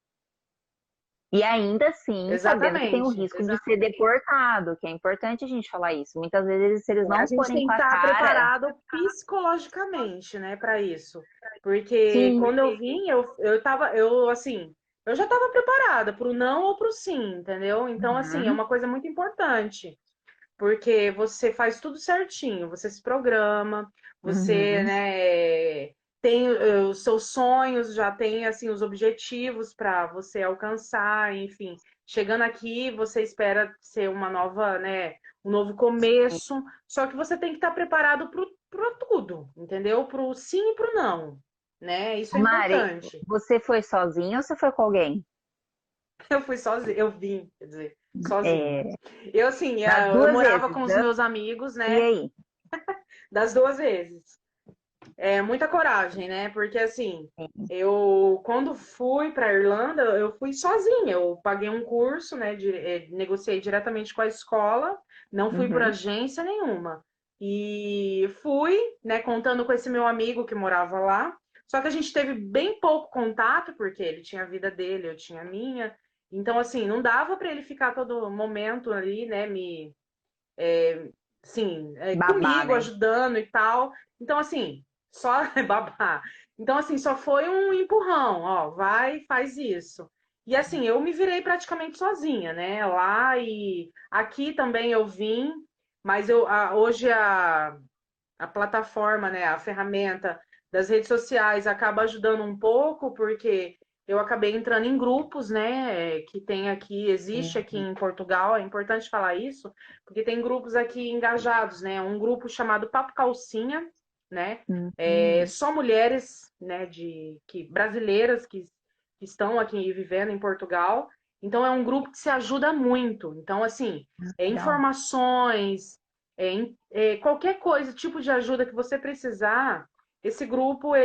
S3: E ainda assim, sabendo que tem o
S2: exatamente.
S3: risco de ser deportado, que é importante a gente falar isso. Muitas vezes, se eles
S2: A
S3: não
S2: gente
S3: forem
S2: tem
S3: com
S2: que
S3: a
S2: estar
S3: cara,
S2: preparado psicologicamente, né, para isso. Porque
S3: sim,
S2: quando eu vim, assim, eu já estava preparada para o não ou para o sim, entendeu? Então, assim, é
S3: uhum,
S2: uma coisa muito importante. porque você faz tudo certinho, você se programa, você,
S3: Uhum.
S2: né, tem os seus sonhos, já tem assim os objetivos para você alcançar, enfim. Chegando aqui, você espera ser uma nova, né, um novo começo, só que você tem que estar preparado para tudo, entendeu? Para o sim e para o não, né? Isso é
S3: Mari,
S2: importante.
S3: você foi sozinha ou você foi com alguém?
S2: Eu fui sozinha, eu vim, quer dizer, sozinha.
S3: É,
S2: Eu, assim,
S3: das
S2: eu
S3: duas
S2: morava
S3: vezes,
S2: com os
S3: né?
S2: meus amigos,
S3: E
S2: né?
S3: aí?
S2: Das duas vezes. É muita coragem, né? Porque, assim,
S3: Sim.
S2: eu, quando fui para Irlanda, eu fui sozinha. Eu paguei um curso, né? Negociei diretamente com a escola, não fui por
S3: Uhum.
S2: agência nenhuma. E fui, né, contando com esse meu amigo que morava lá. Só que a gente teve bem pouco contato, porque ele tinha a vida dele, eu tinha a minha. Então, assim, não dava para ele ficar todo momento ali, né, sim,
S3: Babá,
S2: comigo,
S3: né?
S2: ajudando e tal. Então, assim, só babá. Então, assim, só foi um empurrão, ó, vai, faz isso. E assim, eu me virei praticamente sozinha, né? Lá e aqui também eu vim, mas hoje a plataforma, né, a ferramenta das redes sociais acaba ajudando um pouco, porque eu acabei entrando em grupos, né, que tem aqui, existe aqui
S3: Uhum.
S2: em Portugal, é importante falar isso, porque tem grupos aqui engajados, né, um grupo chamado Papo Calcinha, né,
S3: Uhum.
S2: só mulheres, né, brasileiras que estão aqui vivendo em Portugal, então é um grupo que se ajuda muito, então assim,
S3: Legal.
S2: informações, qualquer coisa, tipo de ajuda que você precisar, esse grupo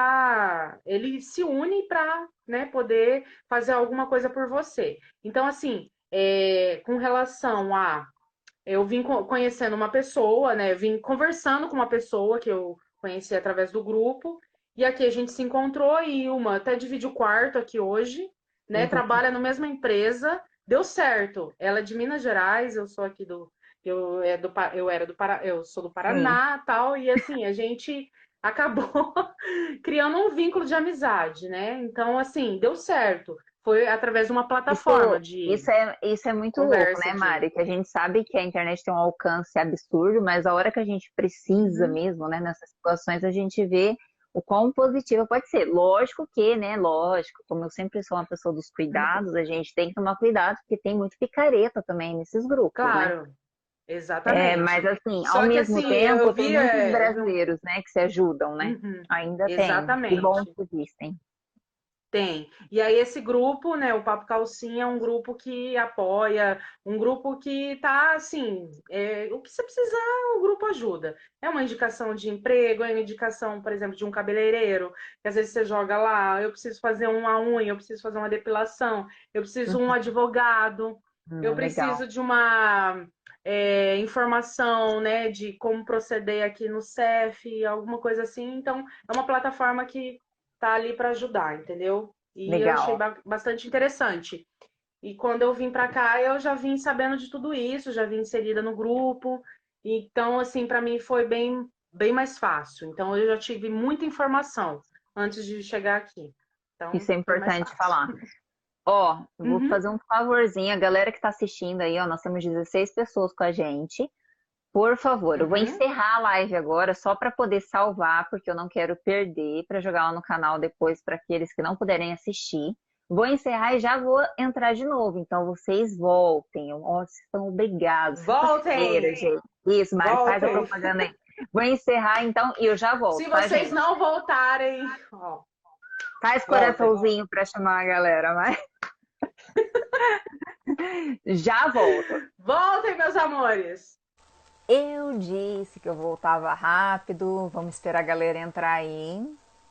S2: ele se une para, né, poder fazer alguma coisa por você. Então, assim, com relação a eu vim conhecendo uma pessoa, né? Vim conversando com uma pessoa que eu conheci através do grupo, e aqui a gente se encontrou e uma até divide o quarto aqui hoje, né?
S3: Uhum.
S2: Trabalha na mesma empresa, deu certo. Ela é de Minas Gerais, eu sou aqui do eu era do eu sou do
S3: Sim.
S2: Paraná, tal, e assim, a gente acabou criando um vínculo de amizade, né? Então, assim, deu certo. Foi através de uma plataforma de
S3: Isso é muito louco,
S2: conversa
S3: né,
S2: de
S3: Mari? Que a gente sabe que a internet tem um alcance absurdo, mas a hora que a gente precisa
S2: Uhum.
S3: mesmo, né, nessas situações, a gente vê o quão positiva pode ser. Lógico que, né, lógico, como eu sempre sou uma pessoa dos cuidados, a gente tem que tomar cuidado, porque tem muito picareta também nesses grupos, né?
S2: Claro,
S3: É, mas
S2: exatamente.
S3: assim, ao
S2: Só que
S3: mesmo
S2: assim,
S3: tempo, tem muitos brasileiros, né, que se ajudam, né?
S2: Uhum,
S3: Ainda tem. Que bom
S2: exatamente,
S3: que existem.
S2: tem. E aí esse grupo, né, o Papo Calcinha é um grupo que apoia, um grupo que tá assim, o que você precisar, o grupo ajuda. É uma indicação de emprego, é uma indicação, por exemplo, de um cabeleireiro, que às vezes você joga lá, eu preciso fazer uma unha, eu preciso fazer uma depilação, eu preciso de um advogado, eu
S3: Legal.
S2: preciso de uma informação, né, de como proceder aqui no CEF, alguma coisa assim. Então, é uma plataforma que tá ali para ajudar, entendeu? E eu achei
S3: Legal.
S2: bastante interessante. E quando eu vim para cá, eu já vim sabendo de tudo isso, já vim inserida no grupo. Então, assim, para mim foi bem mais fácil. Então, eu já tive muita informação antes de chegar aqui. Então,
S3: Isso é
S2: foi mais
S3: importante
S2: fácil.
S3: falar. Ó, eu vou
S2: Uhum,
S3: fazer um favorzinho, a galera que tá assistindo aí, ó, nós temos 16 pessoas com a gente. Por favor, eu vou
S2: uhum.
S3: encerrar a live agora só para poder salvar, porque eu não quero perder para jogar lá no canal depois para aqueles que não puderem assistir. Vou encerrar e já vou entrar de novo. Então vocês voltem. Ó, vocês estão obrigados. Sexta-feira,
S2: Voltem!
S3: gente. Isso, Mari, faz a
S2: Voltem!
S3: propaganda aí. Vou encerrar então e eu já volto,
S2: Se
S3: tá,
S2: vocês
S3: gente?
S2: não voltarem, ó,
S3: Faz
S2: voltem.
S3: coraçãozinho para chamar a galera, mas já volto.
S2: Voltem, meus amores!
S3: Eu disse que eu voltava rápido. Vamos esperar a galera entrar aí.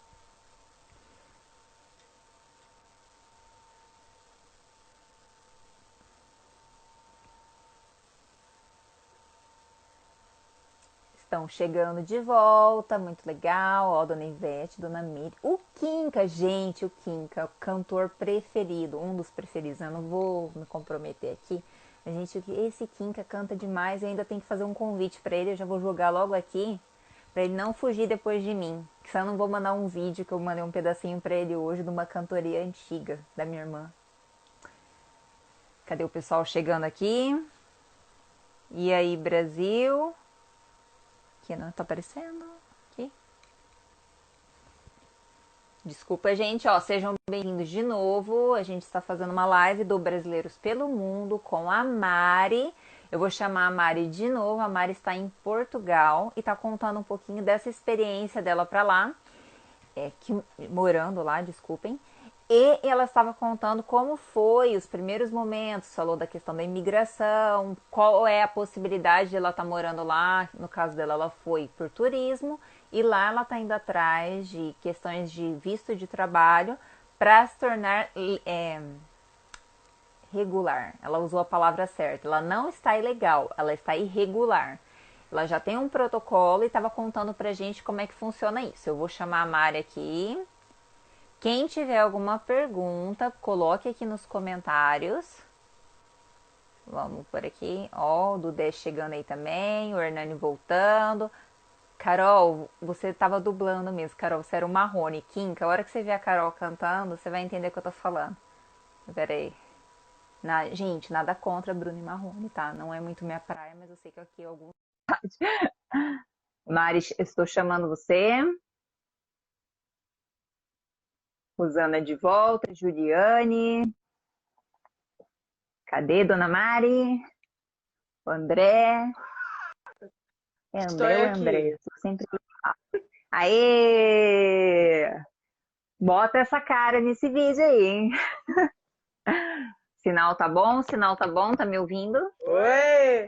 S3: Estão chegando de volta, muito legal. Ó, Dona Ivete, Dona Miri. O Kinka, gente, o Kinka, o cantor preferido, um dos preferidos. Eu não vou me comprometer aqui. A gente, esse Kinka canta demais e ainda tem que fazer um convite para ele. Eu já vou jogar logo aqui para ele não fugir depois de mim. Que só não vou mandar um vídeo que eu mandei um pedacinho para ele hoje de uma cantoria antiga da minha irmã. Cadê o pessoal chegando aqui?
S1: E aí, Brasil? Que não tá aparecendo. Aqui. Desculpa, gente, ó, sejam bem-vindos de novo. A gente está fazendo uma live do Brasileiros pelo Mundo com a Mari. Eu vou chamar a Mari de novo. A Mari está em Portugal e está contando um pouquinho dessa experiência dela para lá, morando lá, desculpem. E ela estava contando como foi os primeiros momentos, falou da questão da imigração, qual é a possibilidade de ela estar morando lá. No caso dela, ela foi por turismo e lá ela está indo atrás de questões de visto de trabalho para se tornar regular. Ela usou a palavra certa. Ela não está ilegal, ela está irregular. Ela já tem um protocolo e estava contando pra gente como é que funciona isso. Eu vou chamar a Mari aqui. Quem tiver alguma pergunta, coloque aqui nos comentários. Vamos por aqui. Ó, o Dudé chegando aí também, o Hernani voltando. Carol, você estava dublando mesmo. Carol, você era o Marrone. Kinka, a hora que você ver a Carol cantando, você vai entender o que eu tô falando. Pera aí. Gente, nada contra Bruno e Marrone, tá? Não é muito minha praia, mas eu sei que aqui é algum... Mari, estou chamando você. Rosana de volta, Juliane. Cadê Dona Mari? O André. É André ou é André? Eu sempre... Aê! Bota essa cara nesse vídeo aí, hein? Sinal tá bom? Sinal tá bom? Tá me ouvindo?
S2: Oi!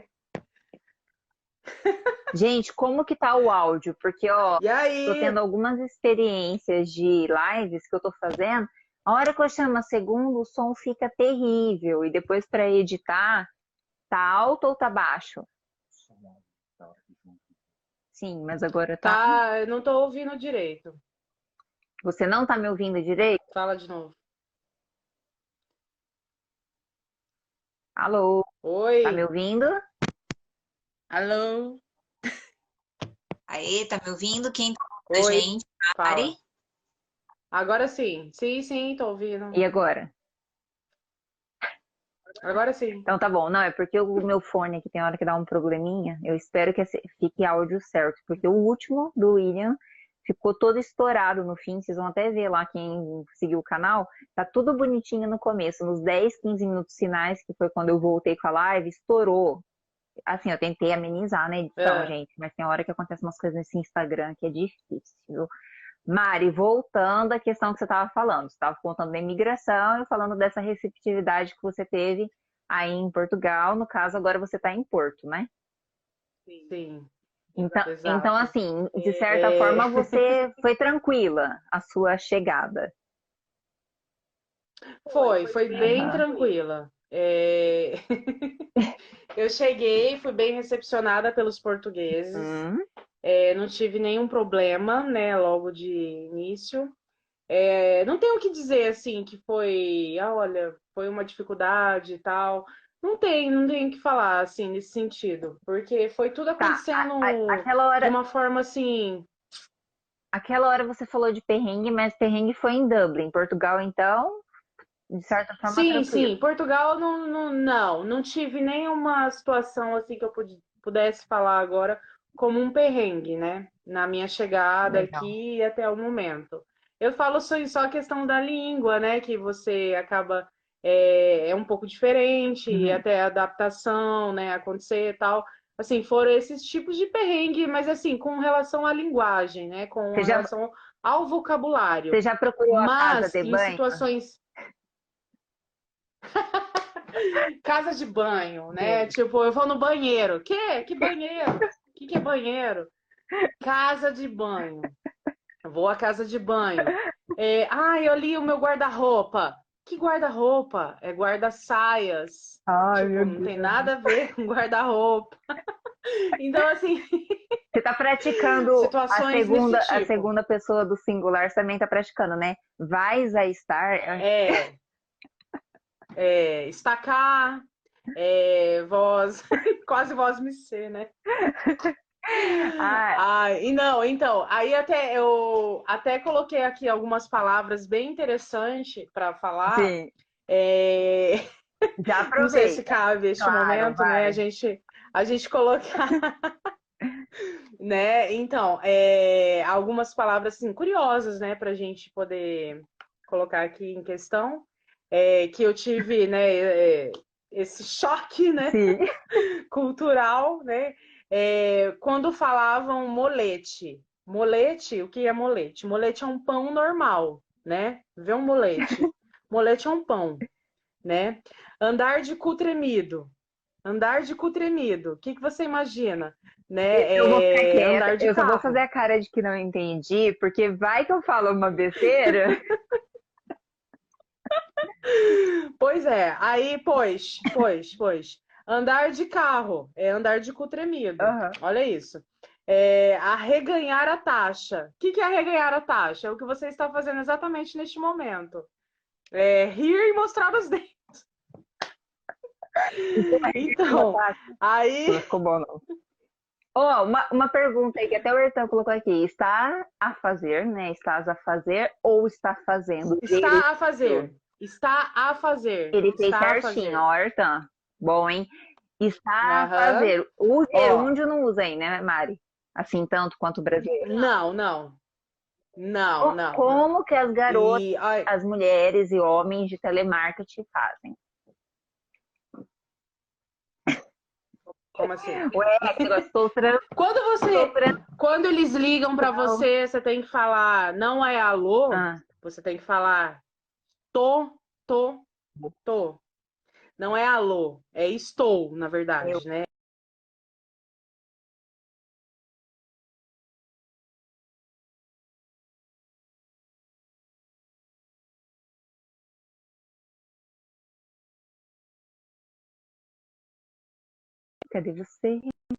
S1: Gente, como que tá o áudio? Porque, ó,
S2: E aí?
S1: tô tendo algumas experiências de lives que eu tô fazendo. A hora que eu chamo a segunda, o som fica terrível. E depois para editar, tá alto ou tá baixo? Sim, mas agora tá.
S2: Tá, eu não tô ouvindo direito.
S1: Você não tá me ouvindo direito?
S2: Fala de novo.
S1: Alô?
S2: Oi?
S1: Tá me ouvindo?
S2: Alô?
S1: Aê, tá me ouvindo? Quem tá ouvindo a
S2: Oi?
S1: gente?
S2: Fala.
S1: Mari?
S2: Agora sim. Sim, tô ouvindo.
S1: E agora?
S2: Agora sim.
S1: Então tá bom. Não, é porque o meu fone aqui tem hora que dá um probleminha. Eu espero que fique áudio certo, porque o último do William ficou todo estourado no fim. Vocês vão até ver lá quem seguiu o canal. Tá tudo bonitinho no começo. Nos 10, 15 minutos finais, que foi quando eu voltei com a live, estourou. Assim, eu tentei amenizar na edição, gente, mas tem hora que acontece umas coisas nesse Instagram que é difícil. Mari, voltando à questão que você estava falando, você estava contando da imigração e falando dessa receptividade que você teve aí em Portugal. No caso, agora você está em Porto, né?
S2: Sim.
S1: Então,
S2: Exato.
S1: então assim, de certa forma, você foi tranquila a sua chegada.
S2: Foi bem tranquila. Eu cheguei, fui bem recepcionada pelos portugueses. Não tive nenhum problema, né, logo de início. Não tenho o que dizer, assim, que foi, olha, foi uma dificuldade e tal. Não tem o que falar, assim, nesse sentido. Porque foi tudo acontecendo
S1: Aquela hora,
S2: de uma forma, assim...
S1: Aquela hora você falou de perrengue, mas perrengue foi em Dublin. Portugal, então, de certa forma,
S2: Sim,
S1: tranquilo.
S2: sim. Portugal, não tive nenhuma situação, assim, que eu pudesse falar agora como um perrengue, né? Na minha chegada
S1: Legal.
S2: aqui até o momento. Eu falo só a questão da língua, né? Que você acaba um pouco diferente, e até a adaptação, né? Acontecer e tal. Assim, foram esses tipos de perrengue, mas assim, com relação à linguagem, né? Com relação ao vocabulário.
S1: Você já procurou a casa de
S2: em
S1: banho?
S2: situações... Casa de banho, né?
S1: Sim.
S2: Tipo, eu vou no banheiro. Que banheiro? O que é banheiro? Casa de banho. Eu vou à casa de banho. Eu li o meu guarda-roupa. Que guarda-roupa? É guarda-saias. Tipo, não tem nada a ver com guarda-roupa. Então, assim...
S1: Você tá praticando
S2: situações desse tipo.
S1: A segunda pessoa do singular, você também tá praticando, né? Vais a estar...
S2: Estacar, voz, quase voz me ser, né? Então, aí eu até coloquei aqui algumas palavras bem interessantes para falar.
S1: Sim. Já aproveita.
S2: Não sei se cabe este momento,
S1: vai.
S2: né? a gente colocar, né? Então, algumas palavras assim, curiosas, né, para a gente poder colocar aqui em questão, que eu tive, né, esse choque, né,
S3: Sim.
S2: cultural, né? Quando falavam molete. Molete, o que é molete? Molete é um pão normal, né? Vê um molete. Molete é um pão, né? Andar de cu tremido. Andar de cu tremido. O que você imagina? Né?
S3: Eu vou ficar quieta,
S2: Andar de
S3: eu só vou fazer
S2: carro.
S3: a cara de que não entendi, porque vai que eu falo uma besteira.
S2: Pois é. Aí, pois. Andar de carro é andar de cu tremido.
S3: Aham.
S2: Olha isso. Arreganhar a taxa. O que é arreganhar a taxa? É o que você está fazendo exatamente neste momento. Rir e mostrar os dentes. Então, aí.
S3: Não ficou bom, não. Ó, uma pergunta aí que até o Hertan colocou aqui. Está a fazer, né? Estás a fazer ou está fazendo?
S2: Está a fazer. Está a fazer.
S3: Ele fez
S2: Está a
S3: certinho,
S2: fazer.
S3: ó, Hertan. Bom, hein? Está a
S2: Aham.
S3: fazer. O
S2: Ó,
S3: gerúndio não usa aí, né, Mari? Assim, tanto quanto o brasileiro.
S2: não.
S3: Como que as garotas,
S2: E, ai,
S3: as mulheres e homens de telemarketing fazem?
S2: como assim?
S3: Ué, que negócio, estou
S2: Quando eles ligam para você, você tem que falar, não é alô,
S3: Ah,
S2: você tem que falar tô, tô, tô. Não é alô, é estou, na
S3: eu
S2: verdade, né?
S3: cadê você?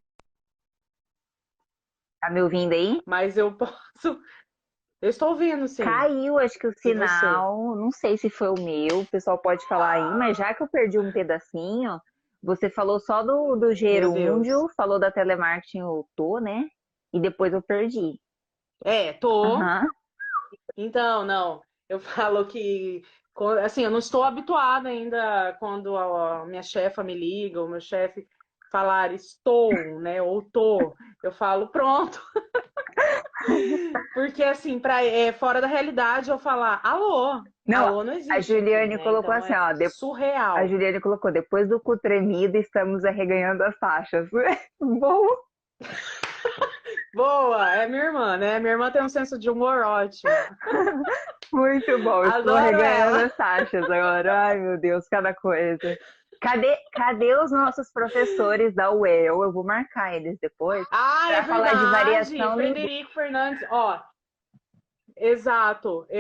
S3: Tá me ouvindo aí?
S2: Mas eu posso. Eu estou ouvindo, sim.
S3: Caiu, acho que o
S2: E você?
S3: sinal, não sei se foi o meu, o pessoal pode falar aí, mas já que eu perdi um pedacinho, você falou só do
S2: Meu Deus.
S3: gerúndio, falou da telemarketing, eu tô, né? E depois eu perdi.
S2: Tô.
S3: Aham.
S2: Então, não. Eu falo que, assim, eu não estou habituada ainda quando a minha chefa me liga, ou meu chefe falar estou, né? Ou tô. Eu falo pronto. Porque, assim, fora da realidade, eu falar alô.
S3: Não,
S2: Alô não
S3: a
S2: existe aqui,
S3: Juliane
S2: né?
S3: colocou
S2: Então
S3: assim,
S2: é
S3: ó, a
S2: surreal.
S3: Juliane colocou, depois do cu tremido, estamos arreganhando as taxas. Bom,
S2: Boa, é minha irmã, né? Minha irmã tem um senso de humor ótimo.
S3: muito bom, estou
S2: Adoro
S3: arreganhando
S2: ela.
S3: as taxas agora. Ai, meu Deus, cada coisa. Cadê os nossos professores da UEL? Eu vou marcar eles depois
S2: Ah, é
S3: para falar de
S2: verdade!
S3: variação linguística.
S2: Frederico Fernandes, ó, exato.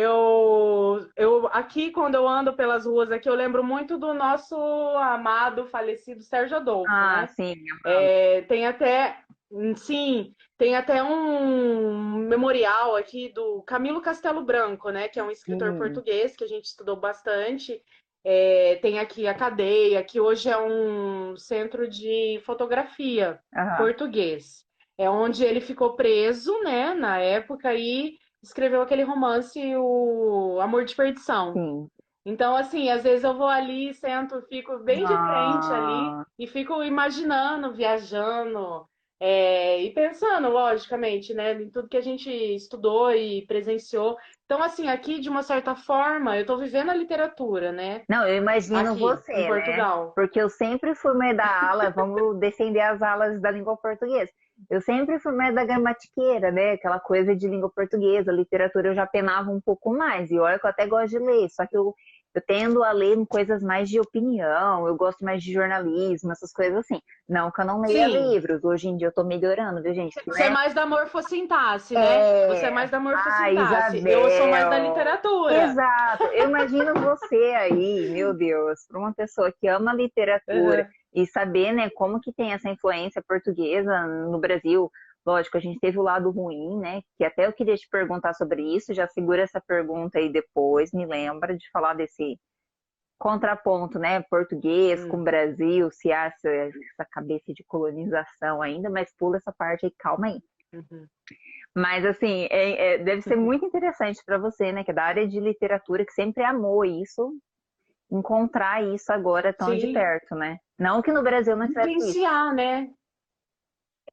S2: Eu aqui, quando eu ando pelas ruas aqui, eu lembro muito do nosso amado, falecido Sérgio Adolfo,
S3: Ah,
S2: né?
S3: sim, amamos.
S2: Tem até, sim, tem até um memorial aqui do Camilo Castelo Branco, né? Que é um escritor
S3: Sim.
S2: português que a gente estudou bastante. Tem aqui a Cadeia, que hoje é um centro de fotografia
S3: Aham,
S2: português. É onde ele ficou preso, né, na época, e escreveu aquele romance, O Amor de Perdição.
S3: sim.
S2: Então, assim, às vezes eu vou ali, sento, fico bem de frente ali
S3: Ah,
S2: e fico imaginando, viajando, e pensando, logicamente, né, em tudo que a gente estudou e presenciou. Então, assim, aqui, de uma certa forma, eu estou vivendo a literatura, né,
S3: não, eu imagino
S2: aqui em
S3: você, né?
S2: Portugal.
S3: Porque eu sempre fui mais da ala, vamos defender as alas da língua portuguesa. Eu sempre fui mais da gramatiqueira, né? Aquela coisa de língua portuguesa, literatura eu já penava um pouco mais. E olha que eu até gosto de ler, só que eu tendo a ler coisas mais de opinião, eu gosto mais de jornalismo, essas coisas assim. Não que eu não leia
S2: Sim,
S3: livros, hoje em dia eu tô melhorando, viu, gente?
S2: você é
S3: Né?
S2: mais da morfossintaxe, né? Você é
S3: É.
S2: mais da
S3: Ah,
S2: morfossintaxe. Eu sou mais da
S3: Isabel.
S2: literatura.
S3: Exato. Eu imagino você aí, meu Deus, para uma pessoa que ama literatura
S2: Uhum.
S3: e saber, né, como que tem essa influência portuguesa no Brasil. Lógico, a gente teve o lado ruim, né? Que até eu queria te perguntar sobre isso. Já segura essa pergunta aí depois, me lembra de falar desse contraponto, né? Português com
S2: Hum.
S3: Brasil, se há essa cabeça de colonização ainda, mas pula essa parte aí, calma aí.
S2: Uhum.
S3: Mas, assim, deve ser muito interessante para você, né, que é da área de literatura, que sempre amou isso, encontrar isso agora tão de
S2: Sim,
S3: perto, né? Não que no Brasil não tivesse isso.
S2: vivenciar, né?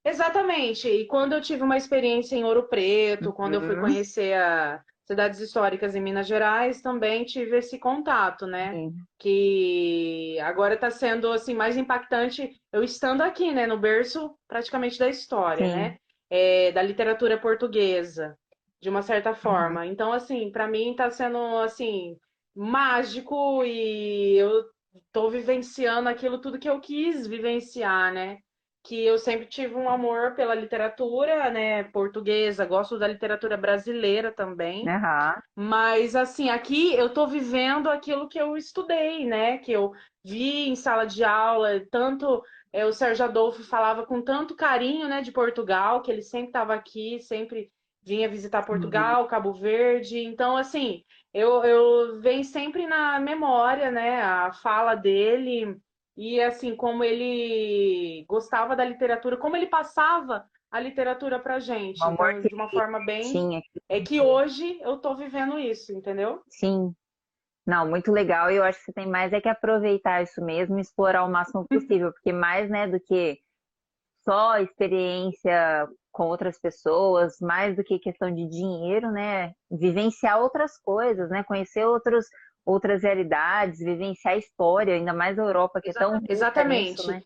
S2: Exatamente. E quando eu tive uma experiência em Ouro Preto, quando eu fui
S3: Uhum.
S2: conhecer as cidades históricas em Minas Gerais, também tive esse contato, né?
S3: Sim.
S2: Que agora está sendo assim mais impactante eu estando aqui, né, no berço praticamente da história,
S3: Sim.
S2: né? Da literatura portuguesa, de uma certa
S3: Uhum.
S2: forma. Então, assim, para mim está sendo assim mágico e eu estou vivenciando aquilo tudo que eu quis vivenciar, né? Que eu sempre tive um amor pela literatura, né, portuguesa, gosto da literatura brasileira também,
S3: Aham.
S2: mas assim, aqui eu tô vivendo aquilo que eu estudei, né, que eu vi em sala de aula, tanto o Sérgio Adolfo falava com tanto carinho, né, de Portugal, que ele sempre estava aqui, sempre vinha visitar
S3: Uhum.
S2: Portugal, Cabo Verde, então assim, eu venho sempre na memória, né, a fala dele e assim, como ele gostava da literatura, como ele passava a literatura pra
S3: O
S2: gente.
S3: amor
S2: Então,
S3: que
S2: de uma
S3: ele
S2: forma bem.
S3: tinha.
S2: É que hoje eu tô vivendo isso, entendeu?
S3: Sim. Não, muito legal. E eu acho que você tem mais é que aproveitar isso mesmo e explorar o máximo possível, porque mais, né, do que só experiência com outras pessoas, mais do que questão de dinheiro, né? Vivenciar outras coisas, né? Conhecer outras realidades, vivenciar a história, ainda mais a Europa, que é tão rica nisso,
S2: Exatamente.
S3: né?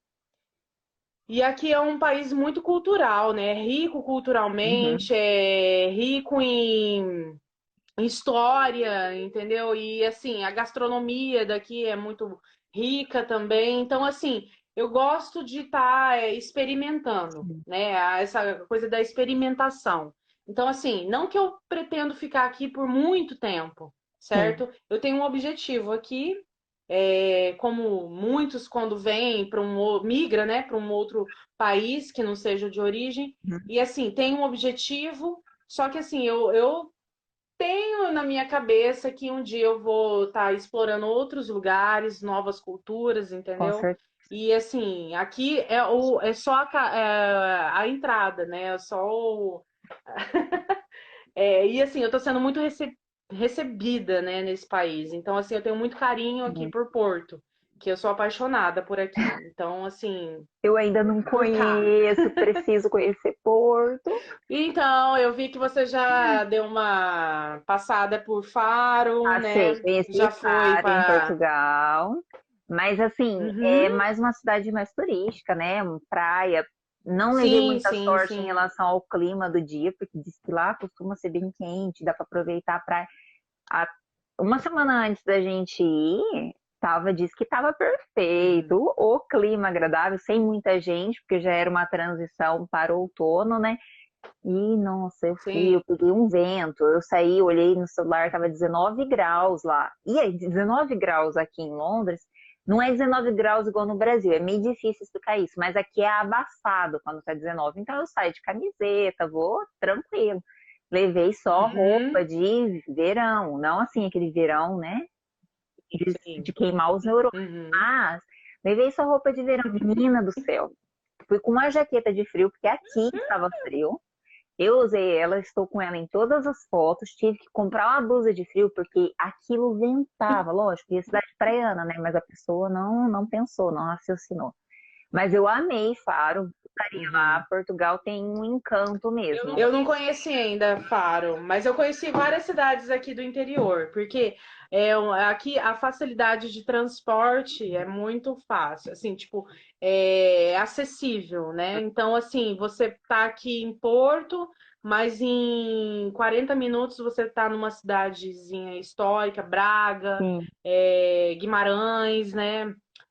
S2: E aqui é um país muito cultural, né? Rico
S3: Uhum.
S2: culturalmente, é rico em história, entendeu? E assim, a gastronomia daqui é muito rica também. Então, assim, eu gosto de estar experimentando, né? Essa coisa da experimentação. Então, assim, não que eu pretendo ficar aqui por muito tempo,
S3: Sim.
S2: certo? Eu tenho um objetivo aqui, como muitos quando vêm para migra, né, para um outro país que não seja de origem,
S3: Uhum.
S2: e assim, tem um objetivo, só que assim, eu tenho na minha cabeça que um dia eu vou estar explorando outros lugares, novas culturas,
S3: Com
S2: entendeu?
S3: certeza.
S2: E assim, aqui é só a entrada, né? É só e assim, eu tô sendo muito recebida, né, nesse país. Então, assim, eu tenho muito carinho aqui por Porto, que eu sou apaixonada por aqui. Então, assim,
S3: Eu ainda não
S2: por cá.
S3: conheço, preciso conhecer Porto.
S2: Então, eu vi que você já deu uma passada por Faro,
S3: Passei,
S2: né?
S3: conheci
S2: Já foi
S3: Faro em
S2: para.
S3: Portugal, mas assim, é
S2: Uhum.
S3: mais uma cidade mais turística, né? Praia. Não levei
S2: Sim,
S3: muita
S2: sim,
S3: sorte em
S2: sim.
S3: relação ao clima do dia, porque diz que lá costuma ser bem quente, dá para aproveitar a praia. A- Uma semana antes da gente ir, diz que estava perfeito,
S2: Uhum.
S3: o clima agradável, sem muita gente, porque já era uma transição para o outono, né? E, nossa, eu
S2: Sim,
S3: peguei um vento, eu saí, olhei no celular, tava 19 graus lá. E aí, 19 graus aqui em Londres, não é 19 graus igual no Brasil, é meio difícil explicar isso, mas aqui é abafado quando tá 19. Então eu saio de camiseta, vou tranquilo. Levei só roupa
S2: uhum.
S3: de verão, não assim aquele verão, né, de
S2: Sim,
S3: queimar os neurônios,
S2: uhum.
S3: mas levei só roupa de verão, menina do céu. Fui com uma jaqueta de frio, porque aqui estava frio. Eu usei ela, estou com ela em todas as fotos. Tive que comprar uma blusa de frio porque aquilo ventava, lógico, e a cidade praiana, né? Mas a pessoa não pensou, não raciocinou. Mas eu amei Faro, estaria lá.
S2: Uhum.
S3: Portugal tem um encanto mesmo.
S2: Eu não conheci ainda Faro, mas eu conheci várias cidades aqui do interior, porque aqui a facilidade de transporte é muito fácil, assim, tipo, é acessível, né? Então, assim, você tá aqui em Porto, mas em 40 minutos você tá numa cidadezinha histórica, Braga,
S3: Sim.
S2: Guimarães, né?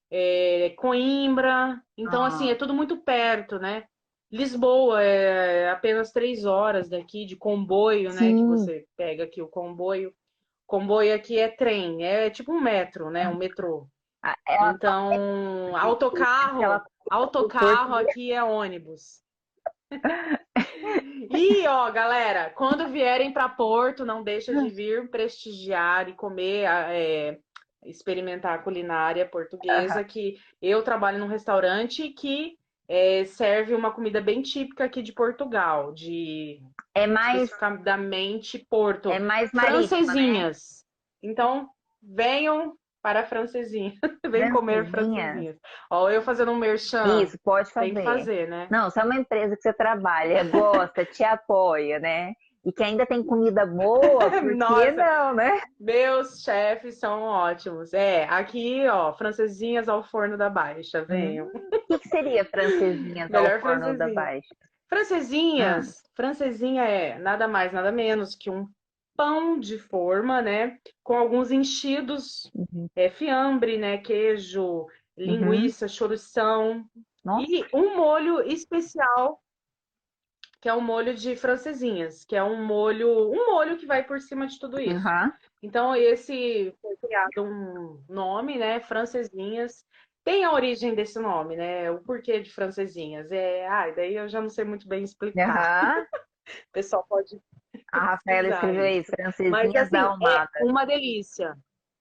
S2: Coimbra. Então, assim, é
S3: Ah,
S2: tudo muito perto, né? Lisboa é apenas 3 horas daqui de comboio, né? Que
S3: sim.
S2: você pega aqui o comboio. Comboio aqui é trem, é tipo um metro, né? Um metrô.
S3: Ela
S2: Então,
S3: aquela coisa do
S2: autocarro
S3: português.
S2: aqui é ônibus. E, ó, galera, quando vierem para Porto, não deixa de vir prestigiar e comer, experimentar a culinária
S3: Aham.
S2: portuguesa, que eu trabalho num restaurante que serve uma comida bem típica aqui de Portugal, de
S3: É mais,
S2: especificadamente
S3: é
S2: Porto,
S3: mais marítima, né?
S2: francesinhas. Então, venham, para a francesinha. Vem comer
S3: Francesinha?
S2: francesinhas. Ó, eu fazendo um merchan.
S3: Isso, pode
S2: Tem que
S3: fazer.
S2: fazer, né?
S3: Não, se é uma empresa que você trabalha, gosta, te apoia, né? E que ainda tem comida boa, por que
S2: Nossa,
S3: não, né?
S2: meus chefes são ótimos. É, aqui, ó, francesinhas ao forno da Baixa, venham.
S3: O que seria francesinhas ao
S2: Melhor
S3: forno da
S2: francesinha.
S3: Baixa? Ah,
S2: Francesinha é nada mais, nada menos que um pão de forma, né? Com alguns enchidos,
S3: uhum,
S2: fiambre, né? Queijo,
S3: uhum.
S2: linguiça, chourição
S3: Nossa,
S2: e um molho especial, que é um molho de francesinhas, que é um molho que vai por cima de tudo isso.
S3: uhum.
S2: Então, esse foi criado um nome, né? Francesinhas. Tem a origem desse nome, né? O porquê de francesinhas. Daí eu já não sei muito bem explicar.
S3: Aham.
S2: O pessoal pode
S3: A Rafaela
S2: pesquisar
S3: escreveu aí,
S2: isso. Mas
S3: francesinhas
S2: assim, é
S3: dalmatas.
S2: uma delícia.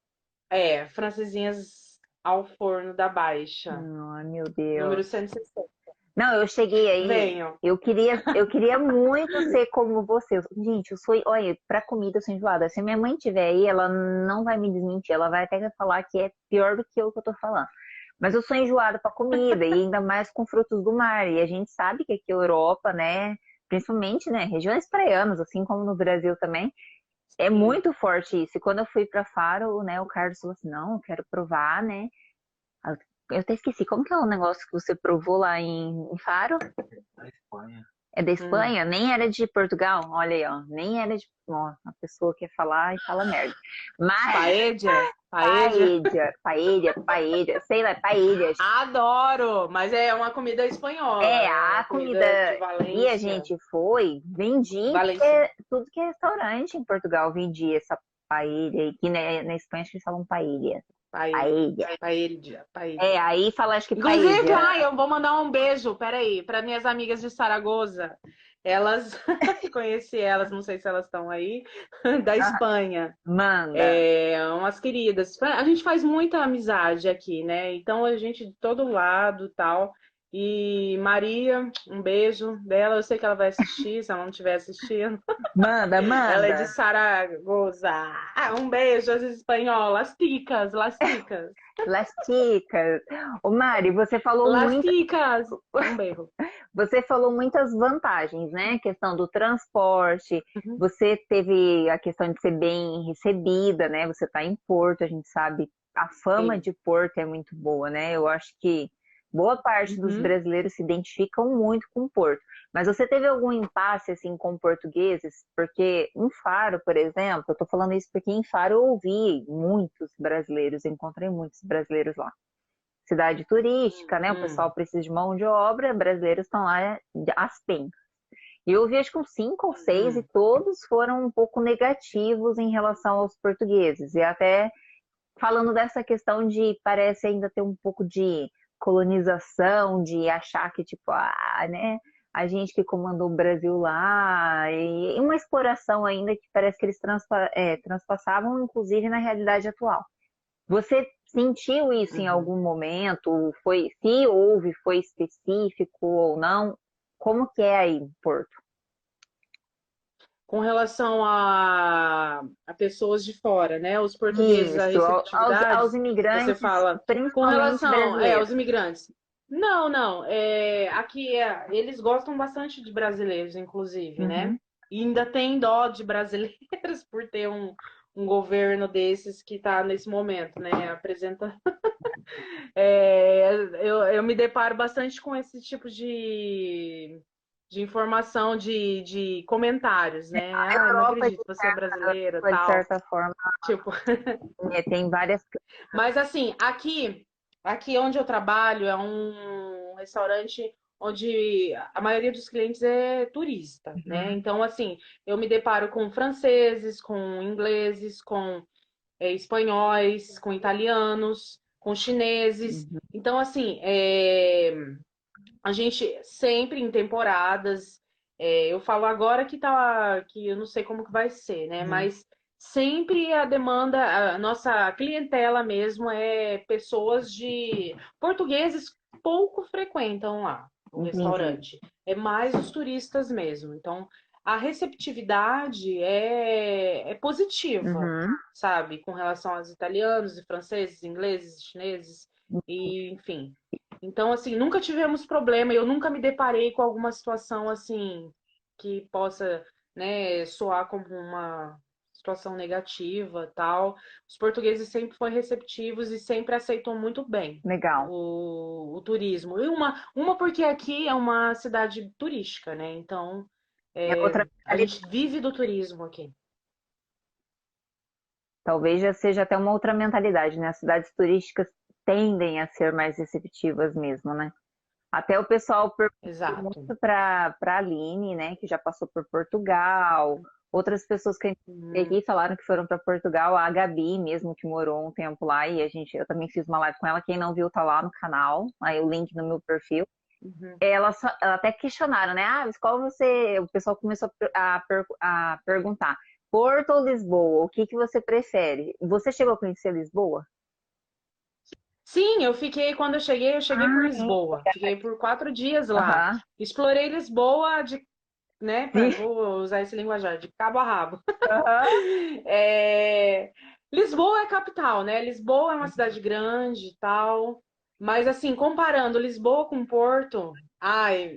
S2: Francesinhas ao forno da Baixa,
S3: Ai, meu
S2: número
S3: Deus.
S2: 160.
S3: Não, eu cheguei aí,
S2: Venham.
S3: eu queria muito ser como você. Gente, eu sou, olha, pra comida eu sou enjoada. Se minha mãe tiver aí, ela não vai me desmentir, ela vai até falar que é pior do que eu tô falando. Mas eu sou enjoada pra comida, e ainda mais com frutos do mar. E a gente sabe que aqui na Europa, né, principalmente, né, regiões praianas, assim como no Brasil também, é
S2: Sim.
S3: muito forte isso. E quando eu fui pra Faro, né, o Carlos falou assim: não, eu quero provar, né? Eu até esqueci, como que é o negócio que você provou lá em Faro? É da
S2: Hum.
S3: Espanha? Nem era de Portugal? Olha aí, ó. Nem era de. Ó, a pessoa quer falar e fala merda. Mas
S2: Paella? Paella?
S3: paella, sei lá, paella.
S2: Adoro! Mas é uma comida espanhola,
S3: É,
S2: né?
S3: a
S2: Uma comida
S3: comida
S2: de
S3: que a
S2: Valência.
S3: gente foi, vendia,
S2: Valência.
S3: porque tudo que é restaurante em Portugal vendia essa paella, e que na Espanha acho que eles falam paella.
S2: Paella.
S3: Paella.
S2: Paella.
S3: É,
S2: Paella.
S3: aí fala acho que
S2: Inclusive,
S3: paella.
S2: eu vou mandar um beijo, peraí, para minhas amigas de Saragoça. Elas, conheci elas, não sei se elas estão aí, da
S3: Ah,
S2: Espanha.
S3: manda.
S2: Umas queridas. A gente faz muita amizade aqui, né? Então a gente de todo lado, tal. E Maria, um beijo dela. Eu sei que ela vai assistir, se ela não estiver assistindo.
S3: Manda,
S2: Ela é de
S3: manda.
S2: Saragoça. Um beijo, as espanholas. Las ticas, las ticas.
S3: Las chicas. Ô Mari,
S2: Las ticas. Um beijo.
S3: você falou muitas vantagens, né? Questão do transporte,
S2: Uhum.
S3: você teve a questão de ser bem recebida, né? Você está em Porto, a gente sabe, a fama
S2: Sim.
S3: de Porto é muito boa, né? Eu acho que boa parte dos
S2: Uhum.
S3: brasileiros se identificam muito com Porto. Mas você teve algum impasse assim com portugueses? Porque em Faro, por exemplo, eu tô falando isso porque em Faro eu ouvi muitos brasileiros, encontrei muitos brasileiros lá. Cidade turística, né? O pessoal
S2: Hum.
S3: precisa de mão de obra, brasileiros estão lá às pencas. E eu vi acho que uns cinco ou seis e
S2: Hum.
S3: todos foram um pouco negativos em relação aos portugueses. E até falando dessa questão de parece ainda ter um pouco de colonização, de achar que tipo, né? A gente que comandou o Brasil lá, e uma exploração ainda que parece que eles transpassavam, inclusive, na realidade atual. Você sentiu isso em
S2: Uhum.
S3: algum momento? Foi, se houve, foi específico ou não? Como que é aí, em Porto?
S2: Com relação a pessoas de fora, né? Os portugueses, a
S3: Isso, aos
S2: receptividade, você
S3: imigrantes,
S2: fala com
S3: principalmente
S2: relação,
S3: brasileiros.
S2: aos imigrantes. Não, não. Aqui eles gostam bastante de brasileiros, inclusive, né?
S3: Uhum,
S2: E ainda tem dó de brasileiros por ter um governo desses que está nesse momento, né? Apresenta. Eu me deparo bastante com esse tipo de informação, de comentários, né?
S3: a
S2: Não
S3: Europa,
S2: acredito, você é brasileira,
S3: de
S2: tal.
S3: certa forma,
S2: Tipo,
S3: tem várias.
S2: mas assim, aqui onde eu trabalho é um restaurante onde a maioria dos clientes é turista, né?
S3: Uhum,
S2: Então, assim, eu me deparo com franceses, com ingleses, com espanhóis, com italianos, com chineses.
S3: uhum,
S2: Então, assim, a gente sempre em temporadas, eu falo agora que eu não sei como que vai ser, né?
S3: uhum,
S2: Mas sempre a demanda, a nossa clientela mesmo é pessoas de portugueses pouco frequentam lá o
S3: entendi.
S2: restaurante. É mais os turistas mesmo. Então, a receptividade é positiva,
S3: Uhum.
S2: sabe? Com relação aos italianos, e franceses, ingleses, chineses, e enfim. Então, assim, nunca tivemos problema, eu nunca me deparei com alguma situação assim que possa, né, soar como uma situação negativa, tal. Os portugueses sempre foram receptivos e sempre aceitam muito bem
S3: Legal.
S2: o turismo. E uma porque aqui é uma cidade turística, né? Então,
S3: É outra
S2: a
S3: mentalidade.
S2: gente vive do turismo aqui.
S3: Talvez já seja até uma outra mentalidade, né? As cidades turísticas tendem a ser mais receptivas mesmo, né? Até o pessoal perguntou
S2: Exato.
S3: muito para a Aline, né, que já passou por Portugal. Outras pessoas que a gente
S2: Uhum,
S3: aqui falaram que foram para Portugal, a Gabi mesmo, que morou um tempo lá, e eu também fiz uma live com ela. Quem não viu, tá lá no canal, aí o link no meu perfil.
S2: uhum.
S3: Ela até questionaram, né? Ah, mas qual você. O pessoal começou a perguntar: Porto ou Lisboa? O que que você prefere? Você chegou a conhecer Lisboa?
S2: Sim, eu cheguei por
S3: Ah,
S2: Lisboa. Fiquei por 4 dias lá.
S3: aham.
S2: Explorei Lisboa né,
S3: Sim.
S2: vou usar esse linguajar, de cabo a rabo.
S3: Aham.
S2: É, Lisboa é capital, né? Lisboa é uma cidade grande e tal. Mas assim, comparando Lisboa com Porto, ai,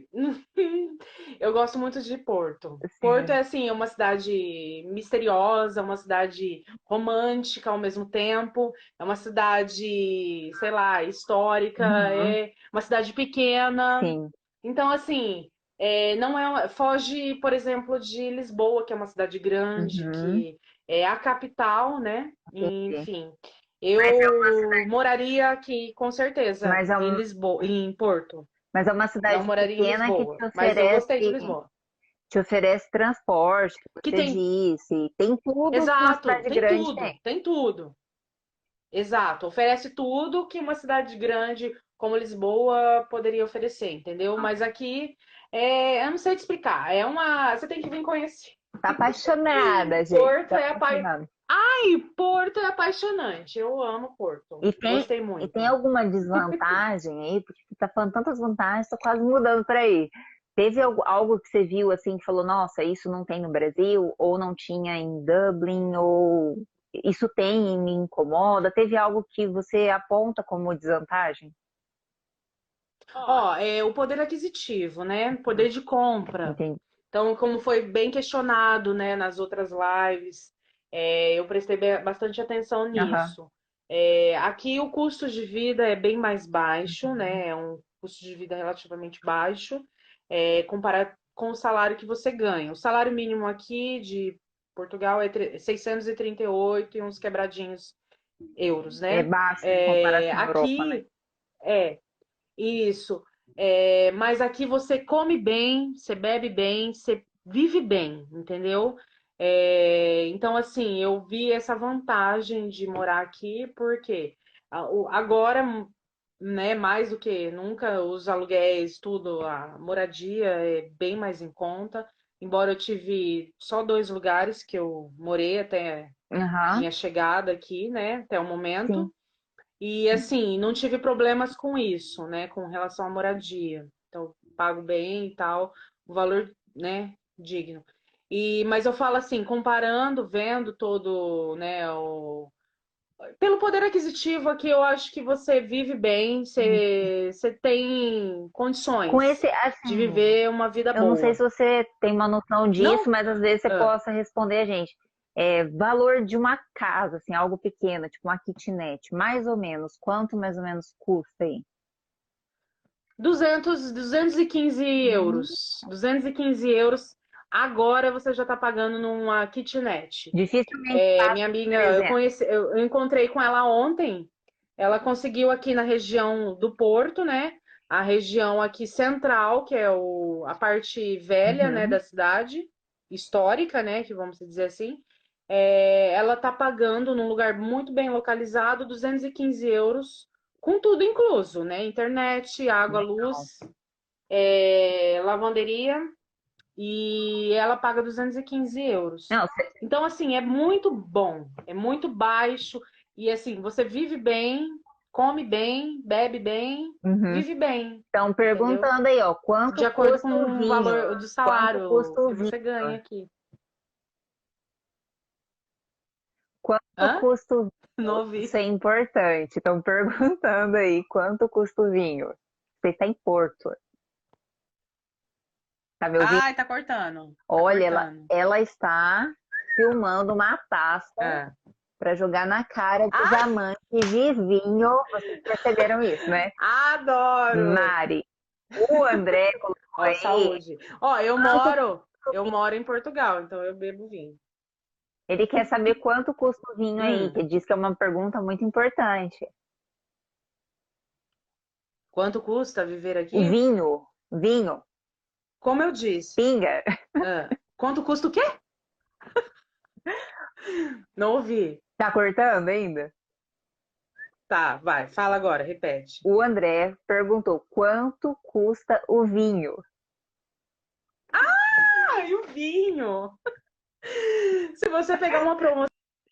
S2: eu gosto muito de Porto. Porto é
S3: Sim.
S2: assim, é uma cidade misteriosa, uma cidade romântica ao mesmo tempo, é uma cidade, sei lá, histórica,
S3: Uhum.
S2: é uma cidade pequena.
S3: Sim.
S2: Então, assim, não foge, por exemplo, de Lisboa, que é uma cidade grande,
S3: Uhum.
S2: que é a capital, né?
S3: Entendi.
S2: Enfim,
S3: Mas é,
S2: eu moraria aqui com certeza
S3: mas é,
S2: em Lisboa, em Porto.
S3: mas é uma
S2: Não
S3: cidade
S2: moraria em
S3: pequena que
S2: Lisboa, mas eu gostei de Lisboa.
S3: te oferece transporte, que
S2: Que
S3: você
S2: tem,
S3: disse. Tem tudo que uma
S2: exato,
S3: cidade grande tem.
S2: tem tudo. Exato, oferece tudo que uma cidade grande como Lisboa poderia oferecer, entendeu? Mas aqui, eu não sei te explicar. Você tem que vir conhecer.
S3: Tá apaixonada, gente.
S2: Porto
S3: Tá
S2: é
S3: apaixonada.
S2: Ai, Porto é apaixonante. Eu amo Porto.
S3: E tem,
S2: Gostei
S3: e tem
S2: muito.
S3: alguma desvantagem aí? Porque você tá falando tantas vantagens, tô quase mudando para aí. Teve algo que você viu assim que falou, nossa, isso não tem no Brasil, ou não tinha em Dublin, ou isso tem e me incomoda? Teve algo que você aponta como desvantagem?
S2: Ó, o poder aquisitivo, né? Poder de compra.
S3: Entendi.
S2: Então, como foi bem questionado, né, nas outras lives, eu prestei bastante atenção
S3: Aham.
S2: nisso. Aqui o custo de vida é bem mais baixo, né? É um custo de vida relativamente baixo, comparado com o salário que você ganha. O salário mínimo aqui de Portugal é 638 e uns quebradinhos euros,
S3: É
S2: né?
S3: baixo em comparação à Europa, né?
S2: Aqui, é, isso. Mas aqui você come bem, você bebe bem, você vive bem, entendeu? Então, assim, eu vi essa vantagem de morar aqui, porque agora, né, mais do que nunca, os aluguéis, tudo, a moradia é bem mais em conta. Embora eu tive só 2 lugares que eu morei até
S3: Aham,
S2: minha chegada aqui, né, até o
S3: sim.
S2: momento. E assim, não tive problemas com isso, né, com relação à moradia. Então, pago bem e tal, o valor, né, digno. Mas eu falo assim, comparando, vendo todo, né, pelo poder aquisitivo aqui, eu acho que você vive bem, você tem
S3: Com
S2: condições
S3: esse,
S2: de
S3: assim,
S2: viver uma vida
S3: eu não sei
S2: boa.
S3: se você tem uma noção disso,
S2: Não,
S3: mas às vezes você
S2: ah,
S3: possa responder a gente. Valor de uma casa, assim, algo pequeno, tipo uma kitnet, mais ou menos, quanto mais ou menos custa aí?
S2: 215
S3: Hum,
S2: euros. 215 euros. Agora você já está pagando numa kitnet.
S3: Dificilmente passa
S2: Minha
S3: de
S2: amiga,
S3: 300.
S2: eu encontrei com ela ontem. Ela conseguiu aqui na região do Porto, né? A região aqui central, que é a parte velha, né,
S3: Uhum.
S2: da cidade, histórica, né, que vamos dizer assim. Ela tá pagando num lugar muito bem localizado, 215 euros, com tudo incluso, né? Internet, água,
S3: Legal.
S2: luz, lavanderia, e ela paga 215 euros.
S3: Não,
S2: Então, assim, é muito bom, é muito baixo, e assim, você vive bem, come bem, bebe bem,
S3: Uhum.
S2: vive bem,
S3: Estão
S2: entendeu?
S3: perguntando aí, ó,
S2: De
S3: quanto
S2: acordo com
S3: custa o
S2: o
S3: vinho?
S2: valor do
S3: Quanto
S2: salário
S3: custa o
S2: que
S3: vinho?
S2: você ganha aqui.
S3: Quanto
S2: Hã?
S3: custa o
S2: Não
S3: vinho? Isso
S2: ouvi.
S3: é importante. Estão perguntando aí, quanto custa o vinho? Você está em Porto, tá me ouvindo?
S2: Ai, tá cortando. Tá
S3: Olha,
S2: cortando.
S3: ela está filmando uma taça
S2: É.
S3: para jogar na cara dos
S2: Ah,
S3: amantes de vinho. Vocês perceberam isso, né?
S2: adoro!
S3: Mari, o André colocou
S2: Ó,
S3: aí
S2: saúde. Ó,
S3: quanto
S2: eu moro em Portugal, então eu bebo vinho.
S3: ele quer saber quanto custa o vinho aí,
S2: Hum,
S3: que diz que é uma pergunta muito importante.
S2: quanto custa viver
S3: O
S2: aqui?
S3: vinho,
S2: Como eu disse.
S3: pinga.
S2: Quanto custa o quê? Não ouvi.
S3: Tá cortando ainda?
S2: Tá, vai, fala agora, repete.
S3: O André perguntou quanto custa o vinho.
S2: Ah, e o vinho? Se você pegar uma promoção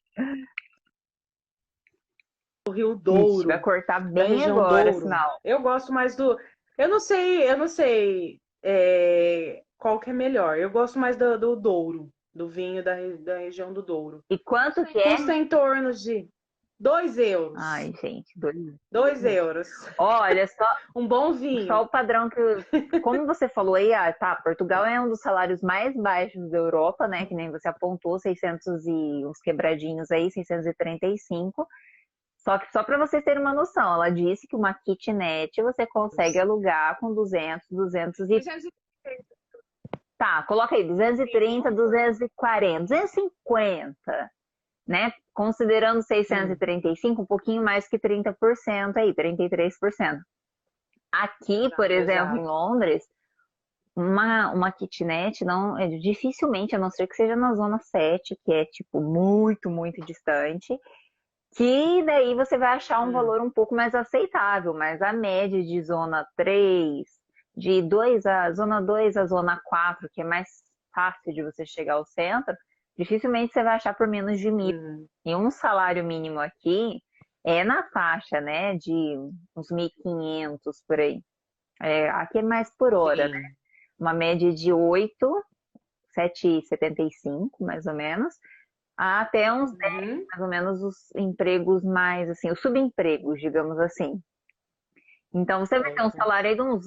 S2: do Rio
S3: Ixi, vai
S2: Douro,
S3: cortar
S2: da
S3: bem
S2: região
S3: agora,
S2: Douro,
S3: sinal.
S2: eu gosto mais do. Eu não sei qual que é melhor. Eu gosto mais do Douro, do vinho da região do Douro.
S3: E quanto que é?
S2: Custa em torno de 2 euros.
S3: Ai, gente, dois.
S2: 2 euros.
S3: Olha,
S2: Um bom
S3: só
S2: vinho.
S3: o padrão que. Como você falou aí, tá, Portugal é um dos salários mais baixos da Europa, né? Que nem você apontou, 600 e uns quebradinhos aí, 635. Só que só para vocês terem uma noção, ela disse que uma kitnet você consegue alugar com 200 e... Tá, coloca aí, 230, 240, 250, né? Considerando
S2: Hum,
S3: 635, um pouquinho mais que 30% aí, 33%. Aqui, por exemplo, em
S2: exato.
S3: Londres, uma kitnet não, dificilmente, a não ser que seja na zona 7, que é tipo muito, muito distante, que daí você vai achar um
S2: Hum,
S3: valor um pouco mais aceitável, mas a média de zona 3, de 2 a zona 2 a zona 4, que é mais fácil de você chegar ao centro, dificilmente você vai achar por menos de 1.000.
S2: hum,
S3: E um salário mínimo aqui é na faixa, né, de uns 1.500 por aí. Aqui é mais por hora, né?
S2: sim.
S3: Uma média de 8, 7,75 mais ou menos, até uns
S2: Uhum,
S3: mais ou menos os empregos mais, assim, os subempregos, digamos assim. Então, você vai ter um
S2: certo.
S3: salário aí de uns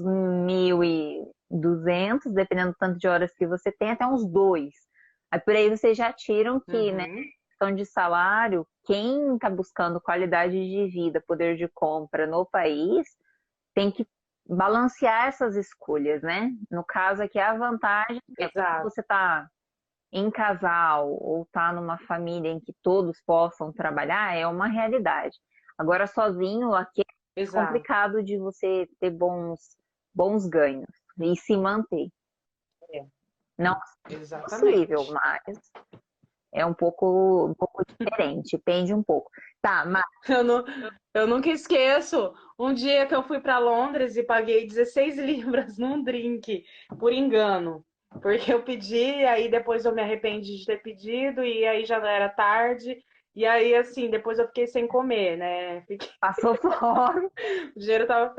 S3: 1.200, dependendo do tanto de horas que você tem, até uns 2. Aí por aí vocês já tiram que, né,
S2: Uhum,
S3: questão de salário, quem está buscando qualidade de vida, poder de compra no país, tem que balancear essas escolhas, né? No caso aqui, a vantagem é quando
S2: exato.
S3: você está em casal ou tá numa família em que todos possam trabalhar, é uma realidade. Agora, sozinho, aqui é
S2: Exato.
S3: complicado de você ter bons ganhos e se manter.
S2: É,
S3: Não é impossível,
S2: exatamente.
S3: mas é um pouco diferente, depende um pouco. Tá, mas
S2: Eu, não, eu nunca esqueço um dia que eu fui para Londres e paguei 16 libras num drink, por engano. Porque eu pedi, aí depois eu me arrependi de ter pedido, e aí já era tarde. E aí, assim, depois eu fiquei sem comer, né?
S3: passou fome.
S2: O dinheiro tava.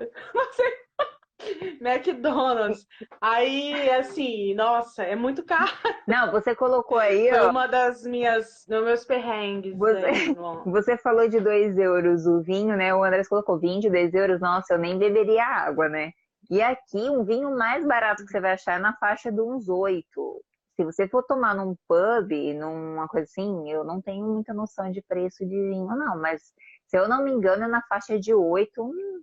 S2: McDonald's. Aí, assim, nossa, é muito caro.
S3: Não, você colocou aí,
S2: Foi
S3: ó,
S2: uma dos meus perrengues
S3: você,
S2: aí em Londres.
S3: você falou de 2 euros o vinho, né? O Andrés colocou vinho de 2 euros. Nossa, eu nem beberia água, né? E aqui, um vinho mais barato que você vai achar é na faixa de uns 8. Se você for tomar num pub, numa coisa assim, eu não tenho muita noção de preço de vinho, não. Mas, se eu não me engano, é na faixa de 8,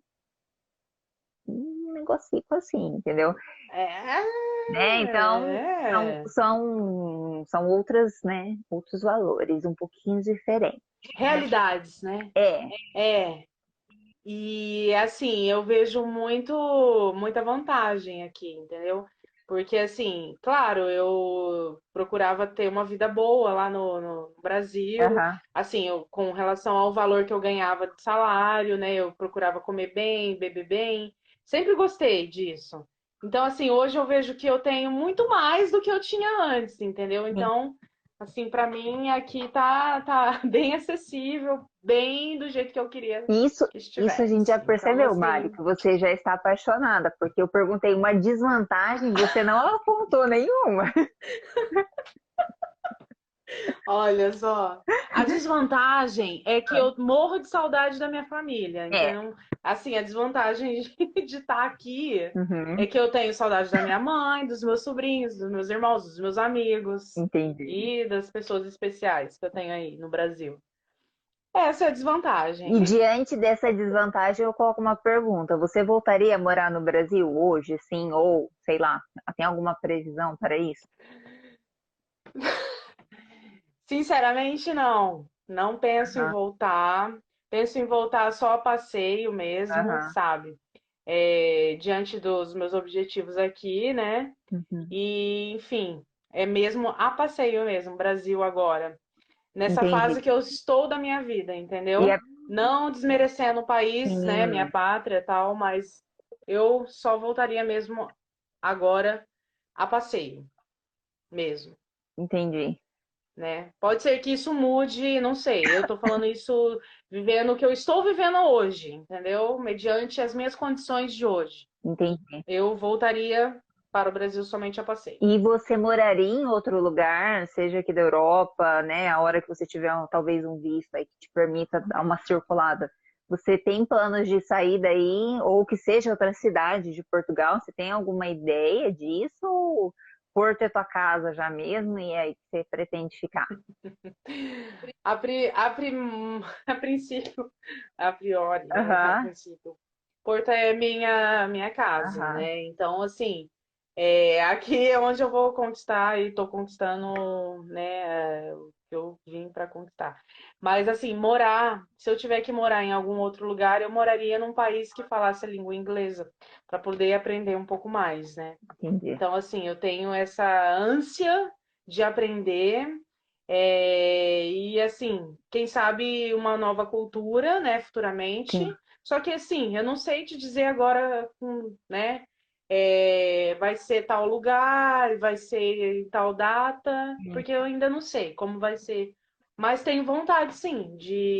S3: um negocinho assim, entendeu? Né? Então, são,
S2: É.
S3: são outras, né? Outros valores, um pouquinho diferentes.
S2: Realidades, né?
S3: É,
S2: É. E assim, eu vejo muita vantagem aqui, entendeu? Porque assim, claro, eu procurava ter uma vida boa lá no Brasil,
S3: aham.
S2: assim, com relação ao valor que eu ganhava de salário, né? Eu procurava comer bem, beber bem, sempre gostei disso. Então, assim, hoje eu vejo que eu tenho muito mais do que eu tinha antes, entendeu? Então, Assim, para mim aqui tá bem acessível, bem do jeito que eu queria
S3: Isso,
S2: que
S3: isso a gente já
S2: estivesse. Então,
S3: percebeu, Mari,
S2: assim,
S3: que você já está apaixonada, porque eu perguntei uma desvantagem, você não apontou nenhuma.
S2: olha só, a desvantagem é que eu morro de saudade da minha família.
S3: É.
S2: Então, assim, a desvantagem de estar aqui é
S3: Uhum,
S2: que eu tenho saudade da minha mãe, dos meus sobrinhos, dos meus irmãos, dos meus amigos
S3: entendi.
S2: e das pessoas especiais que eu tenho aí no Brasil. Essa é a
S3: E
S2: desvantagem.
S3: diante dessa desvantagem, eu coloco uma pergunta: você voltaria a morar no Brasil hoje, sim, ou sei lá, tem alguma previsão para isso?
S2: Sinceramente, não. Não penso em
S3: Aham,
S2: voltar. Penso em voltar só a passeio mesmo,
S3: aham,
S2: sabe? Diante dos meus objetivos aqui, né?
S3: uhum.
S2: E, enfim, é mesmo a passeio mesmo, Brasil agora. Nessa
S3: Entendi.
S2: fase que eu estou da minha vida,
S3: E
S2: entendeu?
S3: é
S2: Não desmerecendo o país, né? Minha
S3: sim,
S2: pátria e tal, mas eu só voltaria mesmo agora a passeio mesmo.
S3: entendi,
S2: Né? Pode ser que isso mude, não sei. Eu tô falando isso vivendo o que eu estou vivendo hoje, entendeu? Mediante as minhas condições de hoje.
S3: entendi.
S2: Eu voltaria para o Brasil somente a passeio.
S3: E você moraria em outro lugar, seja aqui da Europa, né? A hora que você tiver talvez um visto aí que te permita dar uma circulada. Você tem planos de sair daí, ou que seja outra cidade de Portugal? Você tem alguma ideia disso? Ou Porto é tua casa já mesmo e é aí que você pretende ficar?
S2: A princípio, a priori, né? A
S3: Aham,
S2: princípio. Porto é minha casa,
S3: aham,
S2: né? Então, assim, aqui é onde eu vou conquistar e tô conquistando, né, o que eu vim para conquistar. Mas, assim, se eu tiver que morar em algum outro lugar, eu moraria num país que falasse a língua inglesa, para poder aprender um pouco mais, né?
S3: entendi.
S2: Então, assim, eu tenho essa ânsia de aprender. E assim, quem sabe uma nova cultura, né, futuramente.
S3: Sim,
S2: Só que assim, eu não sei te dizer agora, né, vai ser tal lugar, vai ser em tal data, porque eu ainda não sei como vai ser. Mas tenho vontade, sim,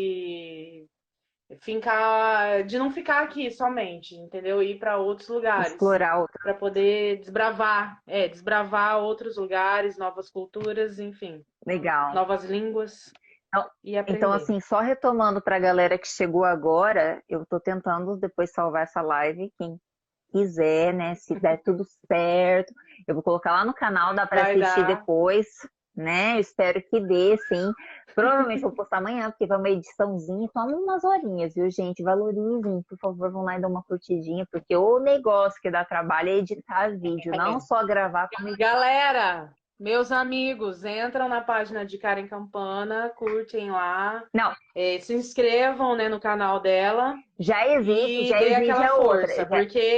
S2: de não ficar aqui somente, entendeu? Ir para outros lugares,
S3: explorar outra.
S2: para poder desbravar outros lugares, novas culturas, enfim,
S3: Legal.
S2: novas línguas
S3: Então,
S2: e
S3: então,
S2: aprender.
S3: assim, só retomando para a galera que chegou agora, eu estou tentando depois salvar essa live. Quem quiser, né? Se der tudo certo, eu vou colocar lá no canal, dá para
S2: Vai
S3: assistir
S2: dar.
S3: depois, né? Eu espero que dê, sim. Provavelmente eu vou postar amanhã, porque vai uma ediçãozinha, toma umas horinhas, viu, gente? Valorizem, por favor, vão lá e dão uma curtidinha, porque o negócio que dá trabalho é editar vídeo, não só gravar como editar.
S2: Galera, meus amigos, entram na página de Karen Campana, curtem lá,
S3: Não,
S2: se inscrevam, né, no canal dela e
S3: já
S2: dê
S3: exige
S2: aquela
S3: a outra.
S2: força,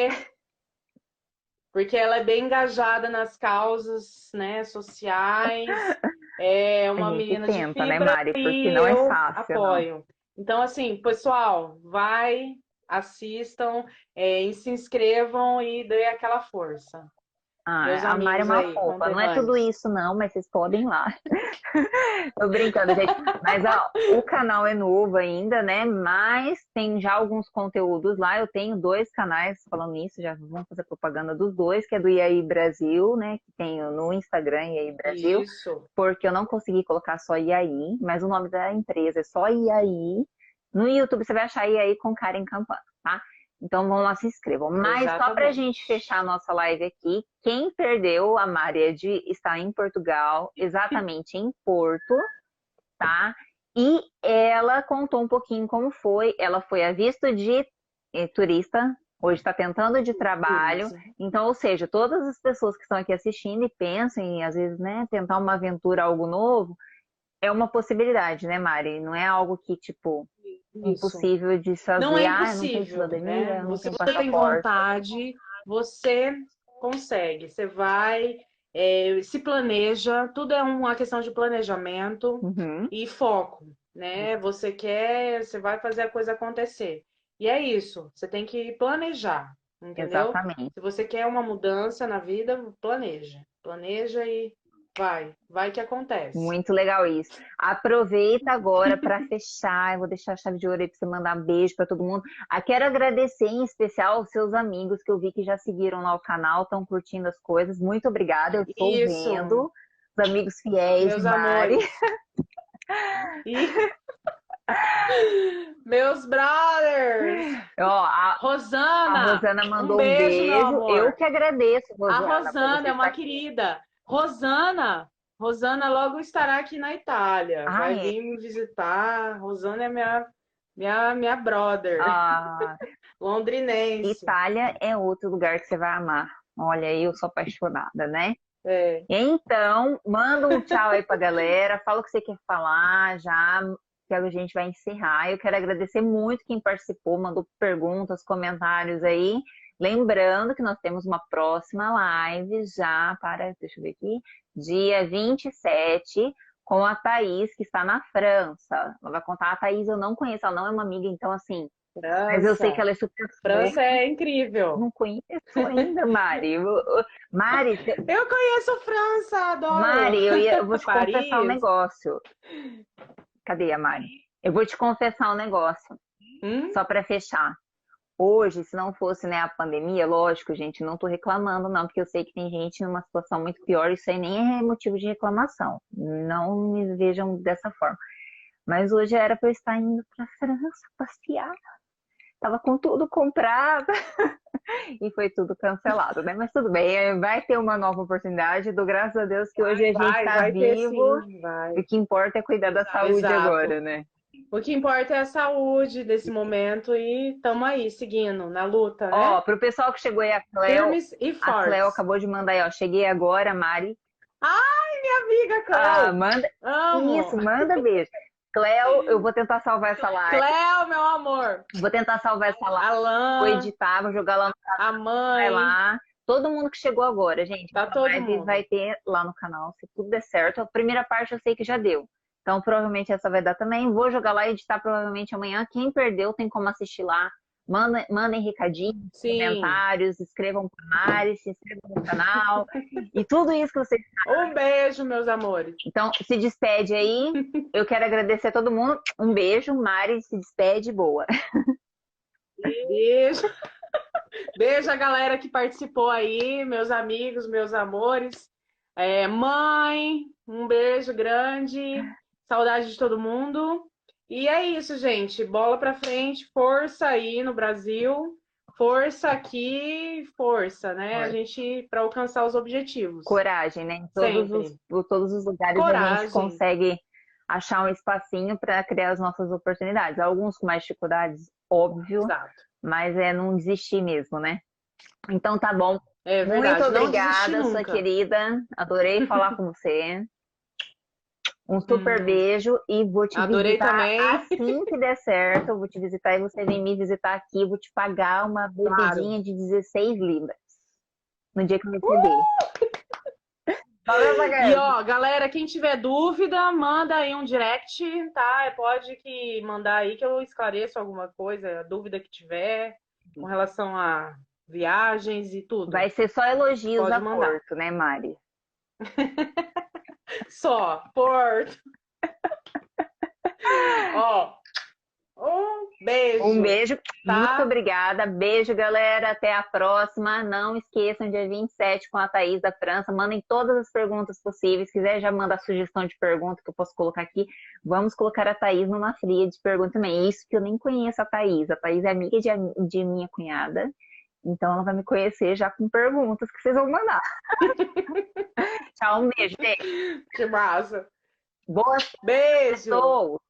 S2: porque ela é bem engajada nas causas, né, sociais, é
S3: A
S2: uma
S3: gente
S2: menina de
S3: tenta, né,
S2: fibra
S3: Mari? Porque
S2: e
S3: não é
S2: eu
S3: fácil, não.
S2: apoio. Então, assim, pessoal, assistam, e se inscrevam e dê aquela força. Meus
S3: Ah, a Mari é
S2: amigos
S3: uma
S2: aí,
S3: fofa. Não é tudo
S2: conterrâneos.
S3: isso, não, mas vocês podem ir lá. Tô brincando, gente. Mas ó, o canal é novo ainda, né? Mas tem já alguns conteúdos lá. Eu tenho dois canais falando nisso, já vamos fazer propaganda dos dois, que é do IAI Brasil, né? Que tenho no Instagram IAI Brasil,
S2: Isso,
S3: porque eu não consegui colocar só IAI, mas o nome da empresa é só IAI. No YouTube você vai achar IAI com Karen Campana, tá? Então vamos lá, se inscrevam. Mas só para a gente
S2: exatamente.
S3: fechar a nossa live aqui, quem perdeu a Maria de estar em Portugal, exatamente em Porto, tá? E ela contou um pouquinho como foi. Ela foi a visto de turista, hoje está tentando de trabalho.
S2: Turismo.
S3: Então, ou seja, todas as pessoas que estão aqui assistindo e pensam em, às vezes, né, tentar uma aventura, algo novo, é uma possibilidade, né, Mari? Não é algo que, tipo,
S2: Isso.
S3: impossível de
S2: Não é
S3: fazer. Ah, eu não tenho
S2: impossível,
S3: cidadania,
S2: né?
S3: eu não
S2: Se
S3: tenho
S2: você tem
S3: passaporte.
S2: vontade, você consegue. Você vai, se planeja, tudo é uma questão de planejamento
S3: Uhum,
S2: e foco, né? Você vai fazer a coisa acontecer. E é isso, você tem que planejar, entendeu?
S3: exatamente.
S2: Se você quer uma mudança na vida, planeja. Planeja Vai que acontece.
S3: Muito legal isso. Aproveita agora para fechar. Eu vou deixar a chave de ouro aí para você mandar um beijo para todo mundo. Quero agradecer em especial aos seus amigos que eu vi que já seguiram lá o canal, estão curtindo as coisas. Muito obrigada. Eu estou
S2: Isso,
S3: vendo os amigos fiéis
S2: meus
S3: de Mari.
S2: amores. E... Meus brothers!
S3: Ó, a
S2: Rosana!
S3: Rosana mandou
S2: um beijo, meu
S3: beijo.
S2: amor.
S3: Eu que agradeço, Rosana.
S2: A
S3: por
S2: Rosana
S3: você
S2: é uma
S3: estar aqui.
S2: querida. Rosana logo estará aqui na Itália. Vai
S3: É?
S2: vir me visitar. Rosana é minha brother. Londrinense.
S3: Itália é outro lugar que você vai amar. Olha, eu sou apaixonada, né?
S2: É.
S3: Então, manda um tchau aí pra galera, fala o que você quer falar já, que a gente vai encerrar. Eu quero agradecer muito quem participou, mandou perguntas, comentários aí. Lembrando que nós temos uma próxima live já para, deixa eu ver aqui, dia 27, com a Thaís, que está na França. Ela vai contar, a Thaís eu não conheço, ela não é uma amiga, então assim, mas eu sei que ela é super
S2: França é incrível.
S3: Não conheço ainda, Mari. Mari,
S2: eu conheço França, adoro.
S3: Mari, eu vou te confessar um negócio. Cadê a Mari? Eu vou te confessar um negócio. Só para fechar. Hoje, se não fosse, né, a pandemia, lógico, gente, não tô reclamando, não, porque eu sei que tem gente numa situação muito pior, isso aí nem é motivo de reclamação. Não me vejam dessa forma. Mas hoje era para eu estar indo para a França passear. Tava com tudo comprado e foi tudo cancelado, né? Mas tudo bem, vai ter uma nova oportunidade. Dou graças a Deus que hoje a gente tá vivo. E o que importa é cuidar da saúde agora, né?
S2: O que importa é a saúde desse momento e tamo aí, seguindo na luta, né?
S3: Ó, pro pessoal que chegou aí, a Cleo, a Cleo acabou de mandar aí, ó. Cheguei agora, Mari.
S2: Ai, minha amiga Cleo!
S3: Manda...
S2: Amo.
S3: Isso, manda beijo. Cleo, eu vou tentar salvar essa live.
S2: Cleo, meu amor.
S3: Vou tentar salvar essa live.
S2: Alan.
S3: Vou editar, vou jogar lá no canal.
S2: A mãe.
S3: Vai lá. Todo mundo que chegou agora, gente.
S2: Tá todo mundo.
S3: Vai ter lá no canal, se tudo der certo. A primeira parte eu sei que já deu. Então, provavelmente essa vai dar também. Vou jogar lá e editar provavelmente amanhã. Quem perdeu tem como assistir lá. Mandem recadinhos, comentários, escrevam para Mari, se inscrevam no canal. E tudo isso que vocês
S2: sabem. Um beijo, meus amores.
S3: Então, se despede aí. Eu quero agradecer a todo mundo. Um beijo. Mari, se despede. Boa.
S2: Beijo. Beijo a galera que participou aí, meus amigos, meus amores. Mãe, um beijo grande. Saudade de todo mundo. E é isso, gente. Bola pra frente, força aí no Brasil. Força aqui, força, né? A gente para alcançar os objetivos.
S3: Coragem, né? Em todos os lugares
S2: Coragem.
S3: A gente consegue achar um espacinho para criar as nossas oportunidades. Alguns com mais dificuldades, óbvio.
S2: Exato.
S3: Mas não desistir mesmo, né? Então tá bom.
S2: É verdade.
S3: Muito obrigada, sua querida. Adorei falar com você. Um super beijo e vou te visitar
S2: também.
S3: assim que der certo. Eu vou te visitar e você vem me visitar aqui. Vou te pagar uma bebidinha de 16 libras no dia que eu receber.
S2: E ó, galera, quem tiver dúvida, manda aí um direct, tá? Pode que mandar aí que eu esclareço alguma coisa, a dúvida que tiver com relação a viagens e tudo.
S3: Vai ser só elogios a Porto, né, Mari?
S2: Só, Porto. Ó, um beijo.
S3: Um beijo,
S2: tá?
S3: Muito obrigada. Beijo, galera. Até a próxima. Não esqueçam, dia 27 com a Thaís da França. Mandem todas as perguntas possíveis. Se quiser, já manda a sugestão de pergunta que eu posso colocar aqui. Vamos colocar a Thaís numa fria de pergunta também. Isso que eu nem conheço a Thaís. A Thaís é amiga de minha cunhada. Então, ela vai me conhecer já com perguntas que vocês vão mandar. Tchau, um beijo, gente.
S2: Que massa.
S3: Boa.
S2: Beijo.